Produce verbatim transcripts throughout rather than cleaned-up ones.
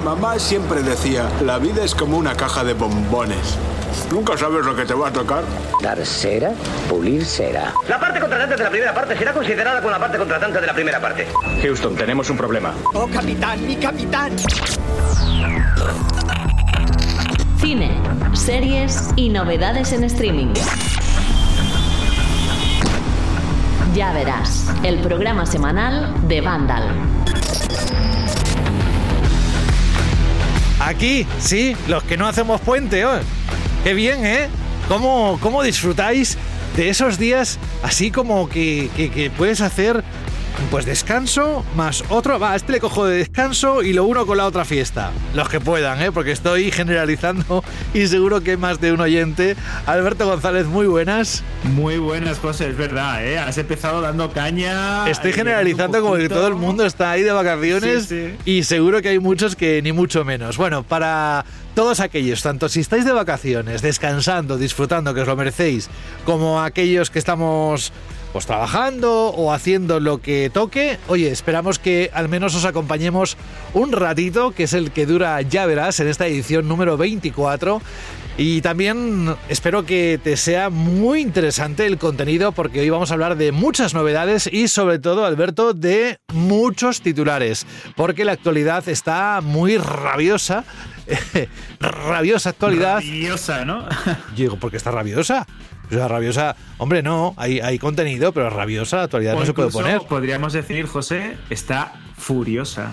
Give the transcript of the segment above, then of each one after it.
Mamá siempre decía, la vida es como una caja de bombones. Nunca sabes lo que te va a tocar. Dar cera, pulir cera. La parte contratante de la primera parte será considerada como la parte contratante de la primera parte. Houston, tenemos un problema. ¡Oh, capitán, mi capitán! Cine, series y novedades en streaming. Ya verás, el programa semanal de Vandal. Aquí, sí, los que no hacemos puente, ¿eh? Qué bien, ¿eh? ¿Cómo, cómo disfrutáis de esos días así como que, que, que puedes hacer pues descanso más otro? Va, este le cojo de descanso y lo uno con la otra fiesta. Los que puedan, ¿eh? Porque estoy generalizando y seguro que hay más de un oyente. Alberto González, muy buenas. Muy buenas cosas, es verdad, ¿eh? Has empezado dando caña. Estoy generalizando como que todo el mundo está ahí de vacaciones, sí, sí. Y seguro que hay muchos que ni mucho menos. Bueno, para todos aquellos, tanto si estáis de vacaciones, descansando, disfrutando, que os lo merecéis, como aquellos que estamos pues trabajando o haciendo lo que toque, oye, esperamos que al menos os acompañemos un ratito, que es el que dura Ya Verás en esta edición número veinticuatro. Y también espero que te sea muy interesante el contenido, porque hoy vamos a hablar de muchas novedades y sobre todo, Alberto, de muchos titulares, porque la actualidad está muy rabiosa. Rabiosa actualidad. Rabiosa, ¿no? Yo digo, ¿por qué está rabiosa? O sea, rabiosa, hombre, no, hay, hay contenido, pero rabiosa la actualidad no se puede poner. Podríamos decir, José, está furiosa.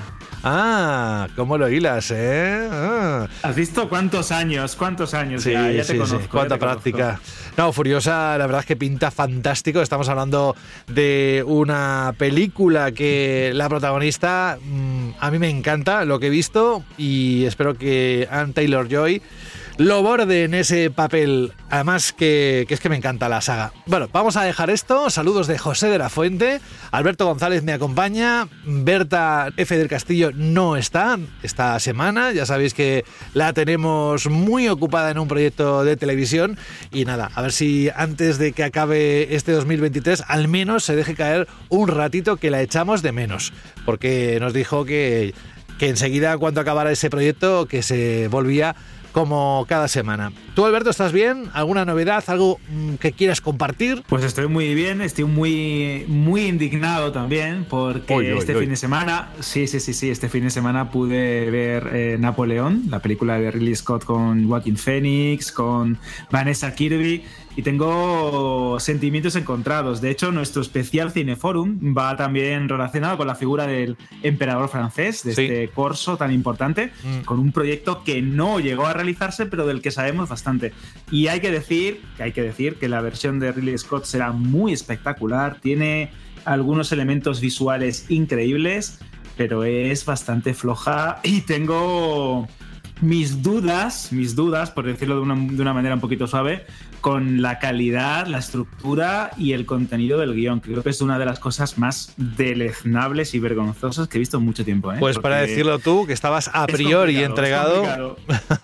Ah, ¿cómo lo hilas, eh? Ah. ¿Has visto cuántos años? ¿Cuántos años? Sí, ya, ya sí, te conozco. Sí. Cuánta ya te práctica. Conozco. No, Furiosa, la verdad es que pinta fantástico. Estamos hablando de una película que la protagonista, mmm, a mí me encanta lo que he visto y espero que Anne Taylor-Joy lo borde en ese papel. Además que, que es que me encanta la saga. Bueno, vamos a dejar esto. Saludos de José de la Fuente. Alberto González me acompaña. Berta F. del Castillo no está esta semana. Ya sabéis que la tenemos muy ocupada en un proyecto de televisión. Y nada, a ver si antes de que acabe este dos mil veintitrés al menos se deje caer un ratito, que la echamos de menos. Porque nos dijo que, que enseguida, cuando acabara ese proyecto, que se volvía como cada semana. ¿Tú, Alberto, estás bien? ¿Alguna novedad? ¿Algo que quieras compartir? Pues estoy muy bien, estoy muy, muy indignado también, porque oy, oy, este oy. fin de semana, sí, sí, sí, sí, este fin de semana pude ver eh, Napoleón, la película de Ridley Scott con Joaquin Phoenix, con Vanessa Kirby, y tengo sentimientos encontrados. De hecho, nuestro especial Cineforum va también relacionado con la figura del emperador francés, de sí. este corso tan importante, mm. con un proyecto que no llegó a realizarse, pero del que sabemos bastante. Y hay que decir, que hay que decir que la versión de Ridley Scott será muy espectacular, tiene algunos elementos visuales increíbles, pero es bastante floja y tengo mis dudas, mis dudas, por decirlo de una, de una manera un poquito suave, con la calidad, la estructura y el contenido del guión. Creo que es una de las cosas más deleznables y vergonzosas que he visto en mucho tiempo, ¿eh? Pues porque para decirlo tú, que estabas a priori entregado.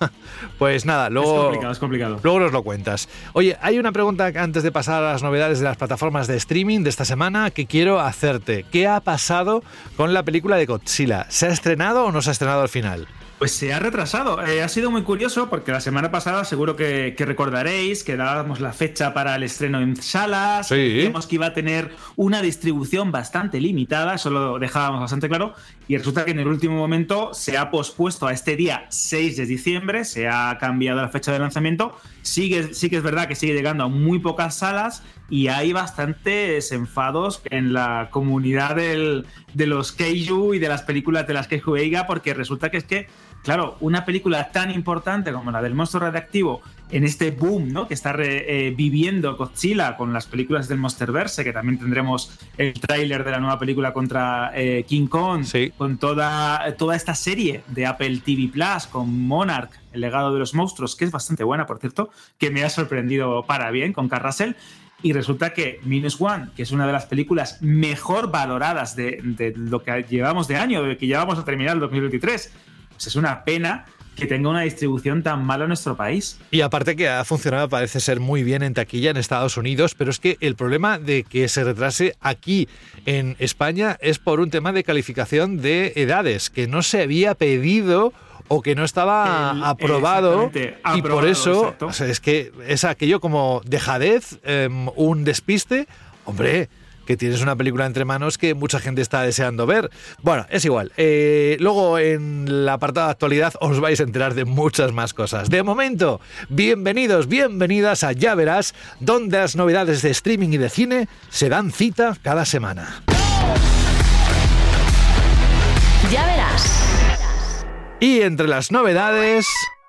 Pues nada, luego, es complicado, es complicado. luego nos lo cuentas. Oye, hay una pregunta antes de pasar a las novedades de las plataformas de streaming de esta semana que quiero hacerte. ¿Qué ha pasado con la película de Godzilla? ¿Se ha estrenado o no se ha estrenado al final? Pues se ha retrasado. Eh, ha sido muy curioso porque la semana pasada seguro que, que recordaréis que dábamos la fecha para el estreno en salas, sí. Decíamos que iba a tener una distribución bastante limitada, eso lo dejábamos bastante claro, y resulta que en el último momento se ha pospuesto a este día seis de diciembre, se ha cambiado la fecha de lanzamiento. Sigue, sí que es verdad que sigue llegando a muy pocas salas y hay bastantes enfados en la comunidad del, de los Keiju y de las películas de las Keiju Eiga, porque resulta que es que, claro, una película tan importante como la del monstruo radiactivo, en este boom, ¿no?, que está re, eh, viviendo Godzilla con las películas del Monsterverse, que también tendremos el tráiler de la nueva película contra eh, King Kong, sí. con toda, toda esta serie de Apple T V Plus, con Monarch, el legado de los monstruos, que es bastante buena, por cierto, que me ha sorprendido para bien con Kurt Russell. Y resulta que Minus One, que es una de las películas mejor valoradas de, de lo que llevamos de año, de que ya vamos a terminar el dos mil veintitrés, pues es una pena que tenga una distribución tan mala en nuestro país. Y aparte que ha funcionado, parece ser muy bien en taquilla en Estados Unidos, pero es que el problema de que se retrase aquí en España es por un tema de calificación de edades, que no se había pedido o que no estaba El, aprobado, aprobado y por eso o sea, es que es aquello como dejadez, eh, un despiste, hombre, que tienes una película entre manos que mucha gente está deseando ver. Bueno, es igual. Eh, luego en la apartado de actualidad os vais a enterar de muchas más cosas. De momento, bienvenidos, bienvenidas a Ya Verás, donde las novedades de streaming y de cine se dan cita cada semana. Ya Verás. Y entre las novedades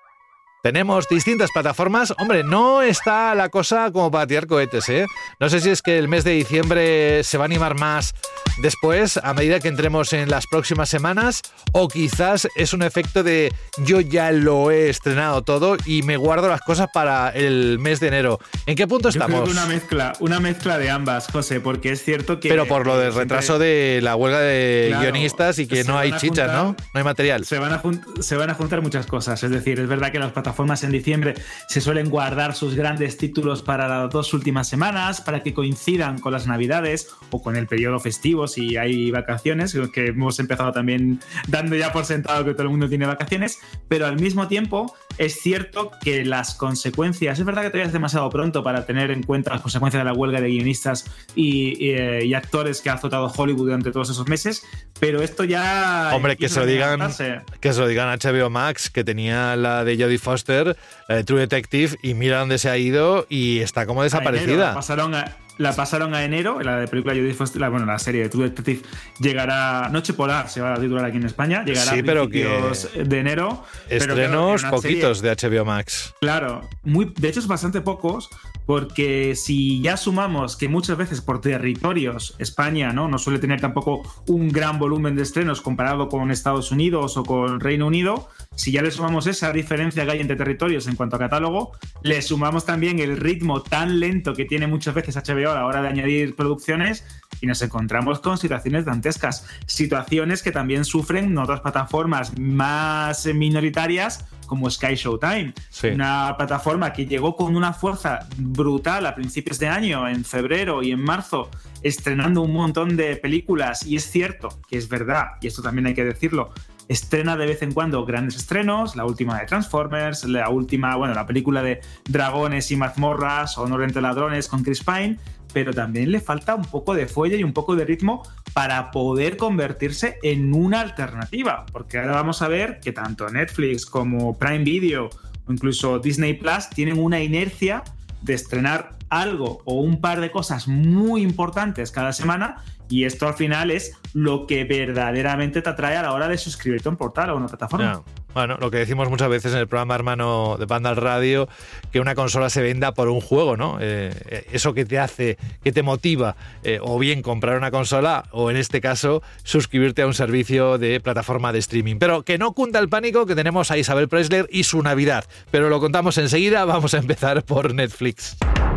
tenemos distintas plataformas. Hombre, no está la cosa como para tirar cohetes, ¿eh? No sé si es que el mes de diciembre se va a animar más después, a medida que entremos en las próximas semanas, o quizás es un efecto de yo ya lo he estrenado todo y me guardo las cosas para el mes de enero. ¿En qué punto estamos? Yo creo que una mezcla, una mezcla de ambas, José, porque es cierto que... Pero por lo del retraso de la huelga de claro, guionistas y que no hay chicha, juntar, ¿no? No hay material. Se van, a se van a juntar muchas cosas. Es decir, es verdad que las plataformas en diciembre se suelen guardar sus grandes títulos para las dos últimas semanas, para que coincidan con las navidades o con el periodo festivo si hay vacaciones, que hemos empezado también dando ya por sentado que todo el mundo tiene vacaciones, pero al mismo tiempo es cierto que las consecuencias, es verdad que todavía es demasiado pronto para tener en cuenta las consecuencias de la huelga de guionistas y, y, y actores que ha azotado Hollywood durante todos esos meses, pero esto ya... Hombre, que se lo digan, que se lo digan a H B O Max, que tenía la de Jodie Foster, la de True Detective, y mira dónde se ha ido y está como desaparecida. Enero, pasaron a... La pasaron a enero, la de película Jodie Foster, la, bueno, la serie de True Detective llegará, Noche Polar se va a titular aquí en España, llegará sí, a principios que de enero. Estrenos pero poquitos serie, de H B O Max. Claro, muy, de hecho es bastante pocos, porque si ya sumamos que muchas veces por territorios España no, no suele tener tampoco un gran volumen de estrenos comparado con Estados Unidos o con Reino Unido, si ya le sumamos esa diferencia que hay entre territorios en cuanto a catálogo, le sumamos también el ritmo tan lento que tiene muchas veces H B O a la hora de añadir producciones y nos encontramos con situaciones dantescas, situaciones que también sufren otras plataformas más minoritarias como Sky Showtime, sí. Una plataforma que llegó con una fuerza brutal a principios de año, en febrero y en marzo, estrenando un montón de películas, y es cierto que es verdad, y esto también hay que decirlo, estrena de vez en cuando grandes estrenos, la última de Transformers, la última, bueno, la película de Dragones y Mazmorras, Honor entre Ladrones con Chris Pine, pero también le falta un poco de fuelle y un poco de ritmo para poder convertirse en una alternativa, porque ahora vamos a ver que tanto Netflix como Prime Video o incluso Disney Plus tienen una inercia de estrenar algo o un par de cosas muy importantes cada semana, y esto al final es lo que verdaderamente te atrae a la hora de suscribirte a un portal o a una plataforma. No. Bueno, lo que decimos muchas veces en el programa hermano de Banda al Radio, que una consola se venda por un juego, ¿no? Eh, eso que te hace, que te motiva, eh, o bien comprar una consola, o en este caso, suscribirte a un servicio de plataforma de streaming. Pero que no cunda el pánico, que tenemos a Isabel Preisler y su Navidad. Pero lo contamos enseguida, vamos a empezar por Netflix.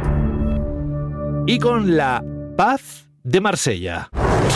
Y con La Paz de Marsella.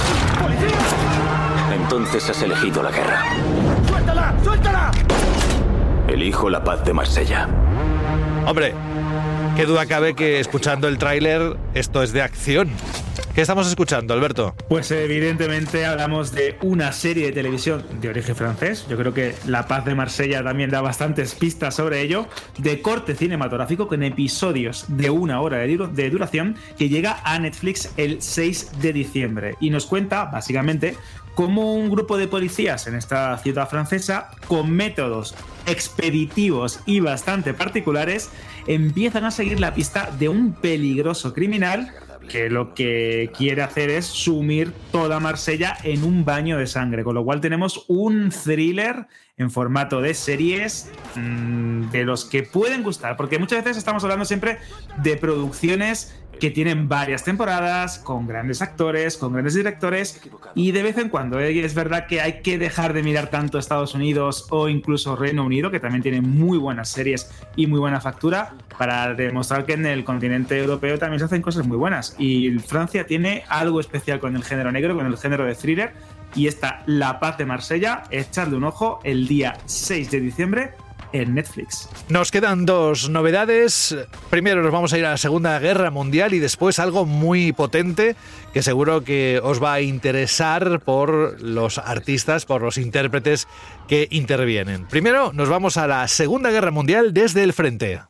Entonces has elegido la guerra. ¡Suéltala! ¡Suéltala! Elijo la paz de Marsella. Hombre, qué duda cabe que escuchando el tráiler esto es de acción. ¿Qué estamos escuchando, Alberto? Pues evidentemente hablamos de una serie de televisión de origen francés. Yo creo que La Paz de Marsella también da bastantes pistas sobre ello. De corte cinematográfico con episodios de una hora de duración que llega a Netflix el seis de diciembre. Y nos cuenta, básicamente, cómo un grupo de policías en esta ciudad francesa, con métodos expeditivos y bastante particulares, empiezan a seguir la pista de un peligroso criminal que lo que quiere hacer es sumir toda Marsella en un baño de sangre, con lo cual tenemos un thriller en formato de series mmm, de los que pueden gustar, porque muchas veces estamos hablando siempre de producciones que tienen varias temporadas, con grandes actores, con grandes directores, y de vez en cuando ¿eh? es verdad que hay que dejar de mirar tanto Estados Unidos o incluso Reino Unido, que también tienen muy buenas series y muy buena factura, para demostrar que en el continente europeo también se hacen cosas muy buenas. Y Francia tiene algo especial con el género negro, con el género de thriller, y esta La Paz de Marsella, echarle un ojo el día seis de diciembre en Netflix. Nos quedan dos novedades. Primero nos vamos a ir a la Segunda Guerra Mundial y después algo muy potente que seguro que os va a interesar por los artistas, por los intérpretes que intervienen. Primero nos vamos a la Segunda Guerra Mundial desde el frente.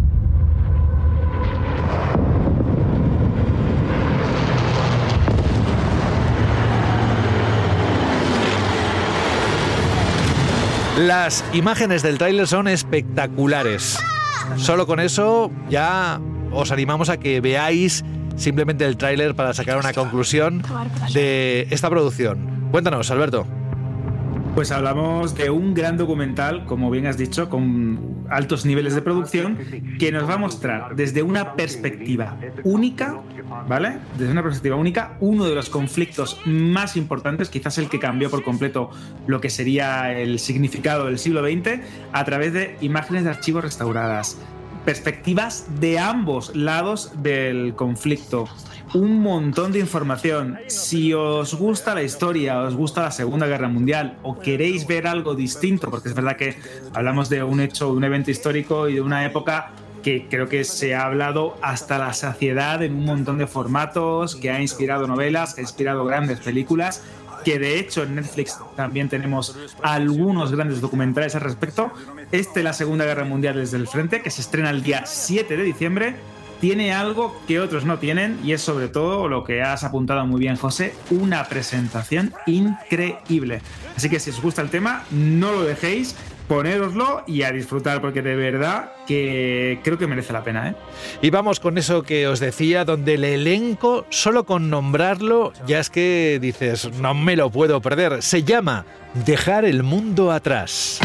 Las imágenes del tráiler son espectaculares. Solo con eso ya os animamos a que veáis simplemente el tráiler para sacar una conclusión de esta producción. Cuéntanos, Alberto. Pues hablamos de un gran documental, como bien has dicho, con altos niveles de producción, que nos va a mostrar desde una perspectiva única, ¿vale? Desde una perspectiva única, uno de los conflictos más importantes, quizás el que cambió por completo lo que sería el significado del siglo veinte, a través de imágenes de archivos restauradas, perspectivas de ambos lados del conflicto. Un montón de información. Si os gusta la historia, os gusta la Segunda Guerra Mundial o queréis ver algo distinto, porque es verdad que hablamos de un hecho, de un evento histórico y de una época que creo que se ha hablado hasta la saciedad en un montón de formatos, que ha inspirado novelas, que ha inspirado grandes películas, que de hecho en Netflix también tenemos algunos grandes documentales al respecto. Este, la Segunda Guerra Mundial desde el frente, que se estrena el día siete de diciembre, tiene algo que otros no tienen y es sobre todo lo que has apuntado muy bien, José, una presentación increíble. Así que si os gusta el tema, no lo dejéis, ponéroslo y a disfrutar, porque de verdad que creo que merece la pena, ¿eh? Y vamos con eso que os decía, donde el elenco, solo con nombrarlo, ya es que dices, no me lo puedo perder. Se llama Dejar el Mundo Atrás.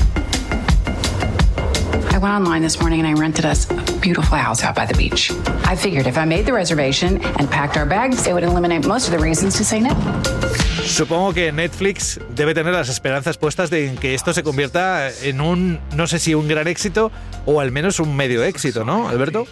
I went online this morning and I rented us a beautiful house out by the beach. I figured if I made the reservation and packed our bags, it would eliminate most of the reasons to say no. Supongo que Netflix debe tener las esperanzas puestas de que esto se convierta en un, no sé si un gran éxito o al menos un medio éxito, ¿no, Alberto?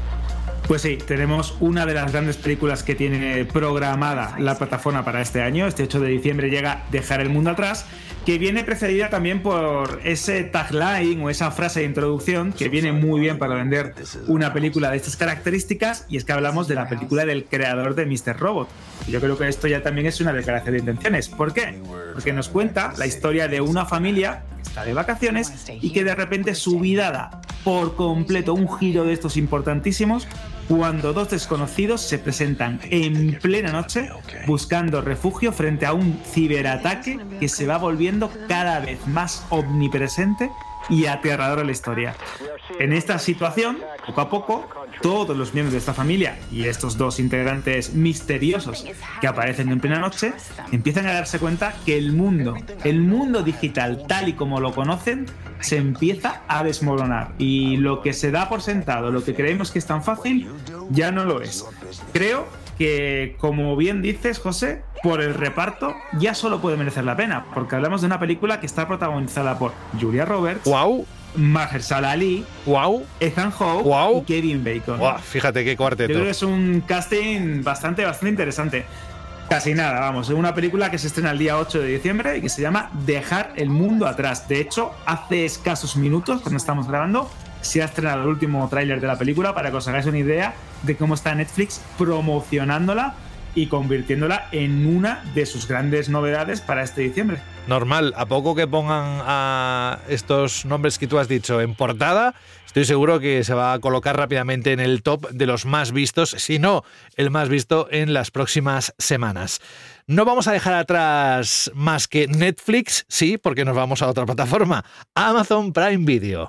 Pues sí, tenemos una de las grandes películas que tiene programada la plataforma para este año. Este ocho de diciembre llega Dejar el Mundo Atrás, que viene precedida también por ese tagline o esa frase de introducción que viene muy bien para vender una película de estas características, y es que hablamos de la película del creador de míster Robot. Yo creo que esto ya también es una declaración de intenciones. ¿Por qué? Porque nos cuenta la historia de una familia que está de vacaciones y que de repente su vida da por completo un giro de estos importantísimos cuando dos desconocidos se presentan en plena noche buscando refugio frente a un ciberataque que se va volviendo cada vez más omnipresente y aterrador en la historia. En esta situación, poco a poco, todos los miembros de esta familia y estos dos integrantes misteriosos que aparecen en plena noche empiezan a darse cuenta que el mundo, el mundo digital tal y como lo conocen, se empieza a desmoronar, y lo que se da por sentado, lo que creemos que es tan fácil, ya no lo es. Creo que, como bien dices, José, por el reparto ya solo puede merecer la pena, porque hablamos de una película que está protagonizada por Julia Roberts, wow, Mahershala Ali, wow, Ethan Hawke, wow, y Kevin Bacon. Wow, fíjate qué cuarteto. Yo creo que es un casting bastante, bastante interesante. Casi nada, vamos, es una película que se estrena el día ocho de diciembre y que se llama Dejar el Mundo Atrás. De hecho, hace escasos minutos, cuando estamos grabando, se ha estrenado el último tráiler de la película, para que os hagáis una idea de cómo está Netflix promocionándola y convirtiéndola en una de sus grandes novedades para este diciembre. Normal, a poco que pongan a estos nombres que tú has dicho en portada, estoy seguro que se va a colocar rápidamente en el top de los más vistos, si no el más visto en las próximas semanas. No vamos a dejar atrás más que Netflix, sí, porque nos vamos a otra plataforma, Amazon Prime Video.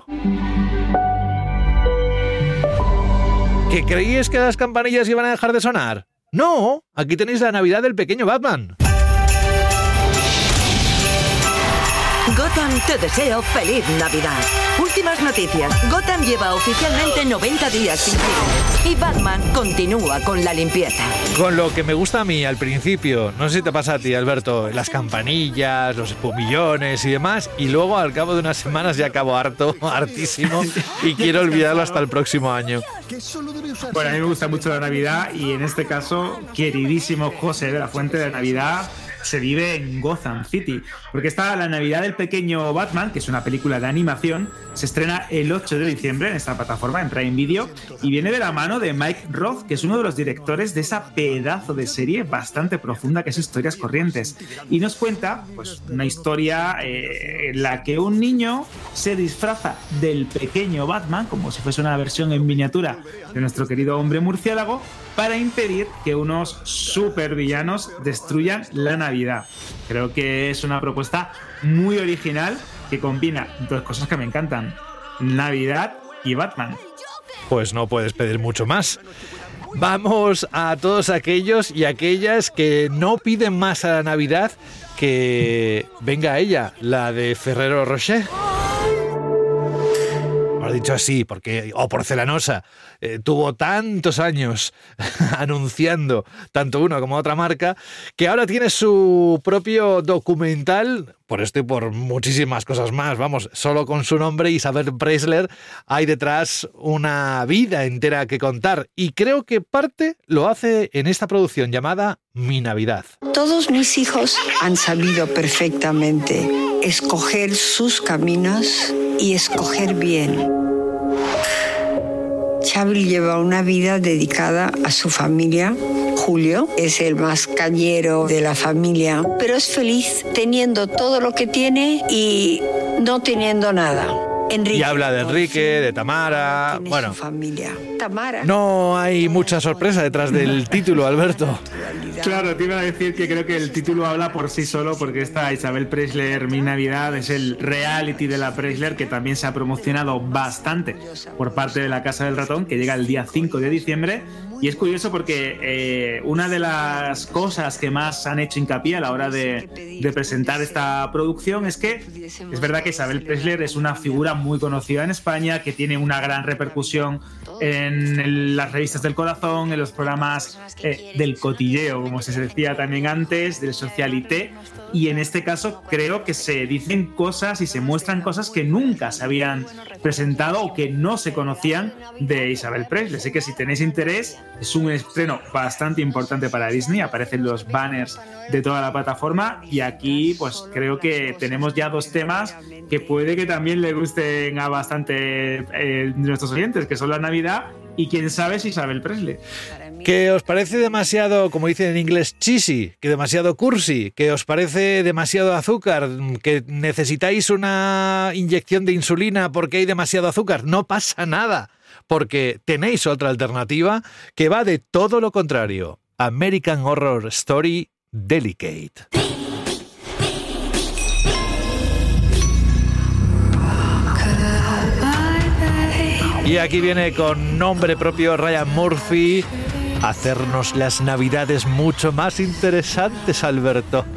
¿Que creíais que las campanillas iban a dejar de sonar? No, aquí tenéis la Navidad del pequeño Batman. Gotham, te deseo feliz Navidad. Últimas noticias. Gotham lleva oficialmente noventa días sin crímenes y Batman continúa con la limpieza. Con lo que me gusta a mí al principio, no sé si te pasa a ti, Alberto, las campanillas, los espumillones y demás, y luego al cabo de unas semanas ya acabo harto, hartísimo, y quiero olvidarlo hasta el próximo año. Bueno, a mí me gusta mucho la Navidad, y en este caso, queridísimo José de la Fuente de Navidad, se vive en Gotham City, porque está La Navidad del Pequeño Batman, que es una película de animación, se estrena el ocho de diciembre en esta plataforma, en Prime Video, y viene de la mano de Mike Roth, que es uno de los directores de esa pedazo de serie bastante profunda que es Historias Corrientes, y nos cuenta pues una historia eh, en la que un niño se disfraza del pequeño Batman, como si fuese una versión en miniatura de nuestro querido hombre murciélago, para impedir que unos supervillanos destruyan la Navidad. Creo que es una propuesta muy original que combina dos cosas que me encantan: Navidad y Batman. Pues no puedes pedir mucho más. Vamos a todos aquellos y aquellas que no piden más a la Navidad que venga ella, la de Ferrero Rocher. Lo he dicho así, porque, o porcelanosa, eh, tuvo tantos años anunciando tanto una como otra marca, que ahora tiene su propio documental, por esto y por muchísimas cosas más. Vamos, solo con su nombre, Isabel Preisler, hay detrás una vida entera que contar, y creo que parte lo hace en esta producción llamada Mi Navidad. Todos mis hijos han sabido perfectamente escoger sus caminos y escoger bien. Xavi lleva una vida dedicada a su familia. Julio es el más cañero de la familia, pero es feliz teniendo todo lo que tiene y no teniendo nada. Enrique, y habla de Enrique, de Tamara. Bueno, familia. Tamara. No hay mucha sorpresa detrás del título, Alberto. Claro, te iba a decir que creo que el título habla por sí solo, porque esta Isabel Preisler, Mi Navidad, es el reality de la Preisler, que también se ha promocionado bastante por parte de la Casa del Ratón, que llega el día cinco de diciembre. Y es curioso porque eh, una de las cosas que más han hecho hincapié a la hora de, de presentar esta producción es que es verdad que Isabel Preisler es una figura muy conocida en España, que tiene una gran repercusión en el, las revistas del corazón, en los programas eh, del cotilleo, como se decía también antes, del socialité, y en este caso creo que se dicen cosas y se muestran cosas que nunca se habían presentado o que no se conocían de Isabel Preisler. Así que si tenéis interés, es un estreno bastante importante para Disney, aparecen los banners de toda la plataforma, y aquí pues creo que tenemos ya dos temas que puede que también le gusten a bastante eh, nuestros oyentes, que son la Navidad y quién sabe si Isabel Preisler. ¿Que os parece demasiado, como dicen en inglés, cheesy? ¿Que demasiado cursi? ¿Que os parece demasiado azúcar? ¿Que necesitáis una inyección de insulina porque hay demasiado azúcar? No pasa nada, porque tenéis otra alternativa que va de todo lo contrario. American Horror Story Delicate. Y aquí viene con nombre propio Ryan Murphy a hacernos las navidades mucho más interesantes, Alberto.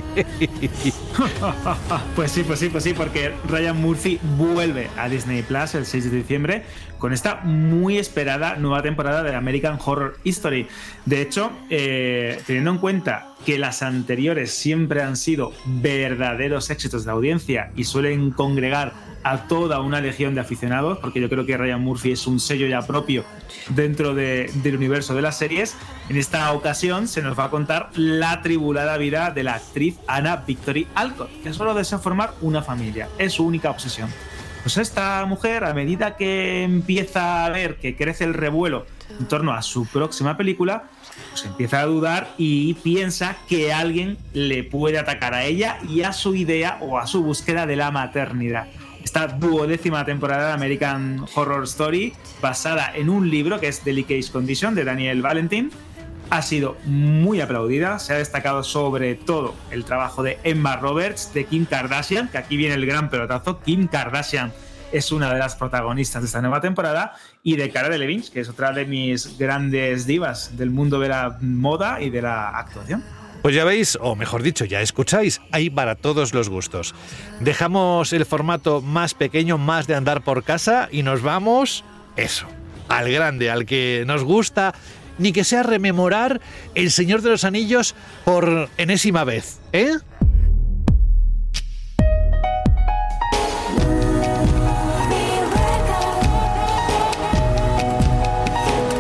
Pues sí, pues sí, pues sí, porque Ryan Murphy vuelve a Disney Plus el seis de diciembre con esta muy esperada nueva temporada de American Horror Story. De hecho, eh, teniendo en cuenta que las anteriores siempre han sido verdaderos éxitos de audiencia y suelen congregar a toda una legión de aficionados, porque yo creo que Ryan Murphy es un sello ya propio dentro de, del universo de las series, en esta ocasión se nos va a contar la tribulada vida de la actriz Anna Victory Alcott, que solo desea formar una familia, es su única obsesión. Pues esta mujer, a medida que empieza a ver que crece el revuelo en torno a su próxima película, pues empieza a dudar y piensa que alguien le puede atacar a ella y a su idea o a su búsqueda de la maternidad. Esta duodécima temporada de American Horror Story, basada en un libro que es Delicate Condition de Daniel Valentine, ha sido muy aplaudida. Se ha destacado sobre todo el trabajo de Emma Roberts, de Kim Kardashian, que aquí viene el gran pelotazo. Kim Kardashian es una de las protagonistas de esta nueva temporada, y de Cara Delevingne, que es otra de mis grandes divas del mundo de la moda y de la actuación. Pues ya veis, o mejor dicho, ya escucháis, hay para todos los gustos. Dejamos el formato más pequeño, más de andar por casa, y nos vamos, eso, al grande, al que nos gusta, ni que sea rememorar El Señor de los Anillos por enésima vez, ¿eh?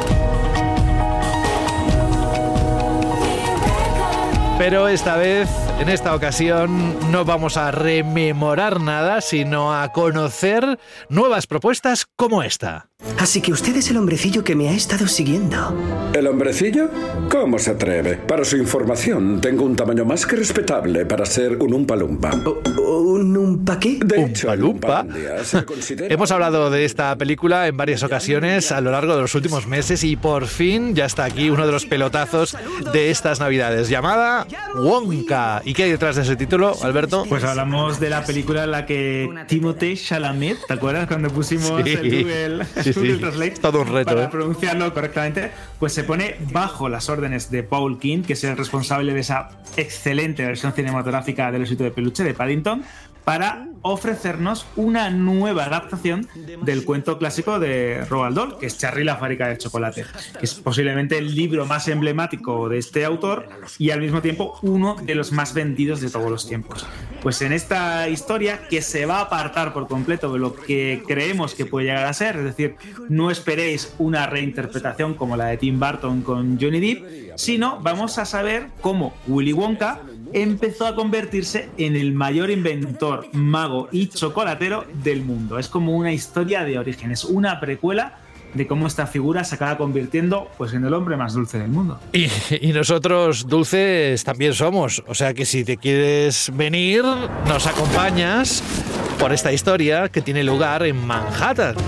Pero esta vez En esta ocasión no vamos a rememorar nada, sino a conocer nuevas propuestas como esta. Así que usted es el hombrecillo que me ha estado siguiendo. ¿El hombrecillo? ¿Cómo se atreve? Para su información, tengo un tamaño más que respetable para ser un Oompa Loompa. ¿Un Oompa qué? De hecho, ¿Oompa Loompa? considera... Hemos hablado de esta película en varias ocasiones a lo largo de los últimos meses y por fin ya está aquí uno de los pelotazos de estas navidades, llamada Wonka. ¿Y qué hay detrás de ese título, Alberto? Pues hablamos de la película en la que Timothée Chalamet, ¿te acuerdas cuando pusimos Sí. el Google, Sí, sí. Google Translate Todo un reto, para ¿eh? pronunciarlo correctamente? Pues se pone bajo las órdenes de Paul King, que es el responsable de esa excelente versión cinematográfica del osito de peluche de Paddington, para ofrecernos una nueva adaptación del cuento clásico de Roald Dahl, que es Charlie la fábrica de chocolate, que es posiblemente el libro más emblemático de este autor y al mismo tiempo uno de los más vendidos de todos los tiempos. Pues en esta historia, que se va a apartar por completo de lo que creemos que puede llegar a ser, es decir, no esperéis una reinterpretación como la de Tim Burton con Johnny Depp, sino vamos a saber cómo Willy Wonka empezó a convertirse en el mayor inventor, mago y chocolatero del mundo. Es como una historia de orígenes, una precuela de cómo esta figura se acaba convirtiendo pues, en el hombre más dulce del mundo. Y, y nosotros dulces también somos, o sea que si te quieres venir, nos acompañas por esta historia que tiene lugar en Manhattan.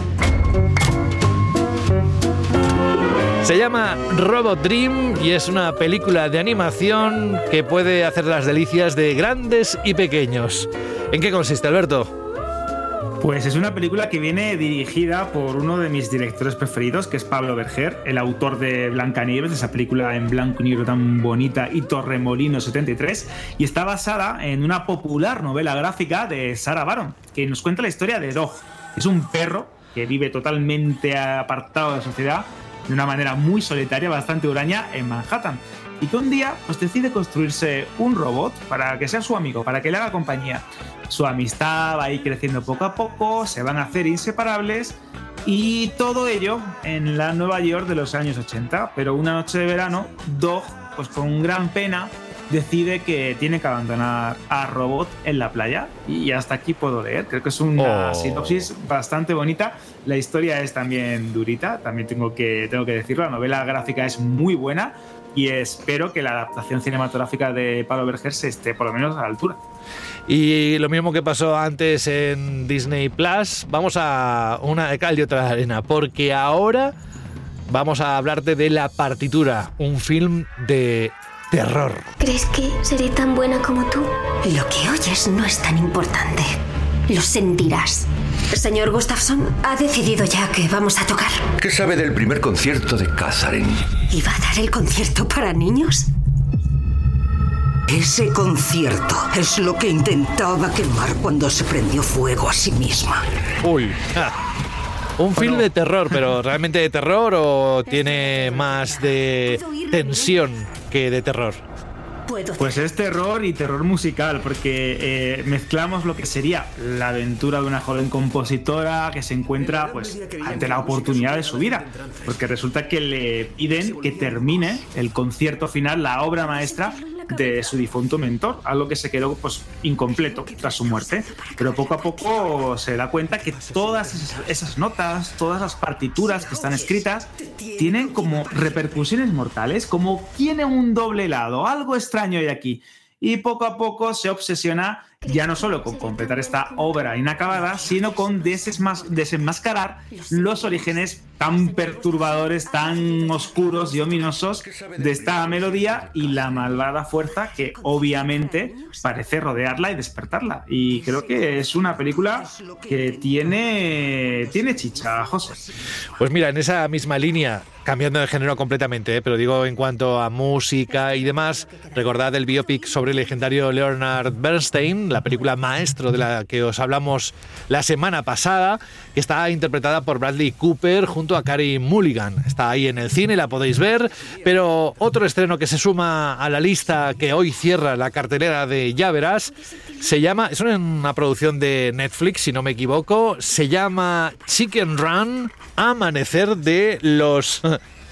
Se llama Robot Dream y es una película de animación que puede hacer las delicias de grandes y pequeños. ¿En qué consiste, Alberto? Pues es una película que viene dirigida por uno de mis directores preferidos, que es Pablo Berger, el autor de Blancanieves, esa película en blanco y negro tan bonita, y Torremolinos setenta y tres, y está basada en una popular novela gráfica de Sarah Baron, que nos cuenta la historia de Dog. Es un perro que vive totalmente apartado de la sociedad, de una manera muy solitaria, bastante huraña, en Manhattan. Y que un día pues, decide construirse un robot para que sea su amigo, para que le haga compañía. Su amistad va a ir creciendo poco a poco, se van a hacer inseparables y todo ello en la Nueva York de los años ochenta. Pero una noche de verano, Dog, pues con gran pena, decide que tiene que abandonar a Robot en la playa. Y hasta aquí puedo leer. Creo que es una oh. sinopsis bastante bonita. La historia es también durita, también tengo que, tengo que decirlo. La novela gráfica es muy buena y espero que la adaptación cinematográfica de Pablo Berger se esté por lo menos a la altura. Y lo mismo que pasó antes en Disney Plus, vamos a una de cal y otra de arena, porque ahora vamos a hablarte de La partitura, un film de terror. ¿Crees que seré tan buena como tú? Lo que oyes no es tan importante. Lo sentirás. Señor Gustafsson, ha decidido ya que vamos a tocar. ¿Qué sabe del primer concierto de Catherine? ¿Iba a dar el concierto para niños? Ese concierto es lo que intentaba quemar cuando se prendió fuego a sí misma. Uy. Ah. Un film bueno. de terror, pero ¿realmente de terror o tiene más de tensión que de terror? Pues es terror y terror musical, porque eh, mezclamos lo que sería la aventura de una joven compositora que se encuentra pues ante la oportunidad de su vida, porque resulta que le piden que termine el concierto final, la obra maestra de su difunto mentor, algo que se quedó pues incompleto tras su muerte, pero poco a poco se da cuenta que todas esas, esas notas, todas las partituras que están escritas tienen como repercusiones mortales, como tiene un doble lado, algo extraño hay aquí, y poco a poco se obsesiona ya no solo con completar esta obra inacabada, sino con desenmascarar los orígenes tan perturbadores, tan oscuros y ominosos de esta melodía y la malvada fuerza que obviamente parece rodearla y despertarla. Y creo que es una película que tiene, tiene chicha, José. Pues mira, en esa misma línea, cambiando de género completamente, ¿eh? pero digo en cuanto a música y demás, recordad el biopic sobre el legendario Leonard Bernstein, la película maestro de la que os hablamos la semana pasada, que está interpretada por Bradley Cooper junto a Carey Mulligan. Está ahí en el cine, la podéis ver, pero otro estreno que se suma a la lista que hoy cierra la cartelera de Ya Verás, se llama, es una producción de Netflix, si no me equivoco, se llama Chicken Run, Amanecer de los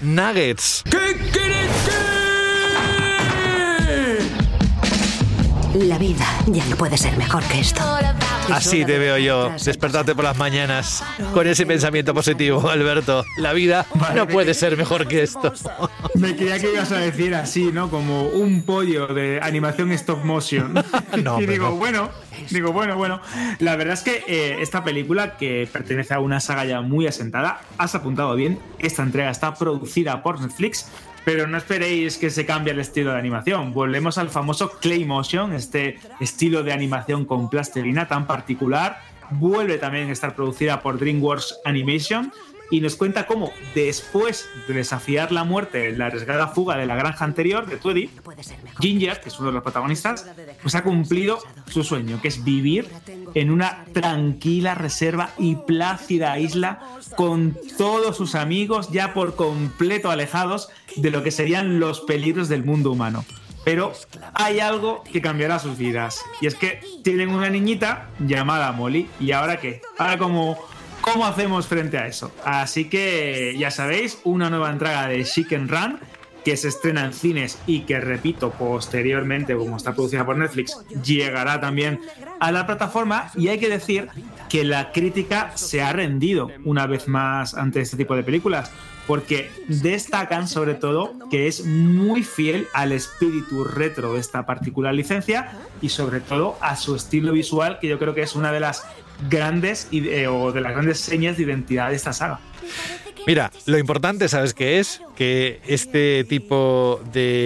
Nuggets. ¿Qué quieres que? La vida ya no puede ser mejor que esto. Así te veo yo, despertarte por las mañanas con ese pensamiento positivo, Alberto. La vida no puede ser mejor que esto. Me creía que ibas a decir así, ¿no? Como un pollo de animación stop motion. No, y digo, no. bueno, digo, bueno, bueno. La verdad es que eh, esta película, que pertenece a una saga ya muy asentada, has apuntado bien, esta entrega está producida por Netflix. Pero no esperéis que se cambie el estilo de animación. Volvemos al famoso Clay Motion, este estilo de animación con plastilina tan particular. Vuelve también a estar producida por DreamWorks Animation y nos cuenta cómo, después de desafiar la muerte en la arriesgada fuga de la granja anterior de Tweety, Ginger, que es uno de los protagonistas, pues ha cumplido su sueño, que es vivir en una tranquila reserva y plácida isla con todos sus amigos ya por completo alejados de lo que serían los peligros del mundo humano. Pero hay algo que cambiará sus vidas, y es que tienen una niñita llamada Molly. ¿Y ahora qué? Ahora cómo, cómo hacemos frente a eso. Así que ya sabéis, una nueva entrega de Chicken Run, que se estrena en cines y que, repito, posteriormente, como está producida por Netflix, llegará también a la plataforma. Y hay que decir que la crítica se ha rendido una vez más ante este tipo de películas, porque destacan sobre todo que es muy fiel al espíritu retro de esta particular licencia y sobre todo a su estilo visual, que yo creo que es una de las grandes eh, o de las grandes señas de identidad de esta saga. Mira, lo importante, ¿sabes qué es? Que este tipo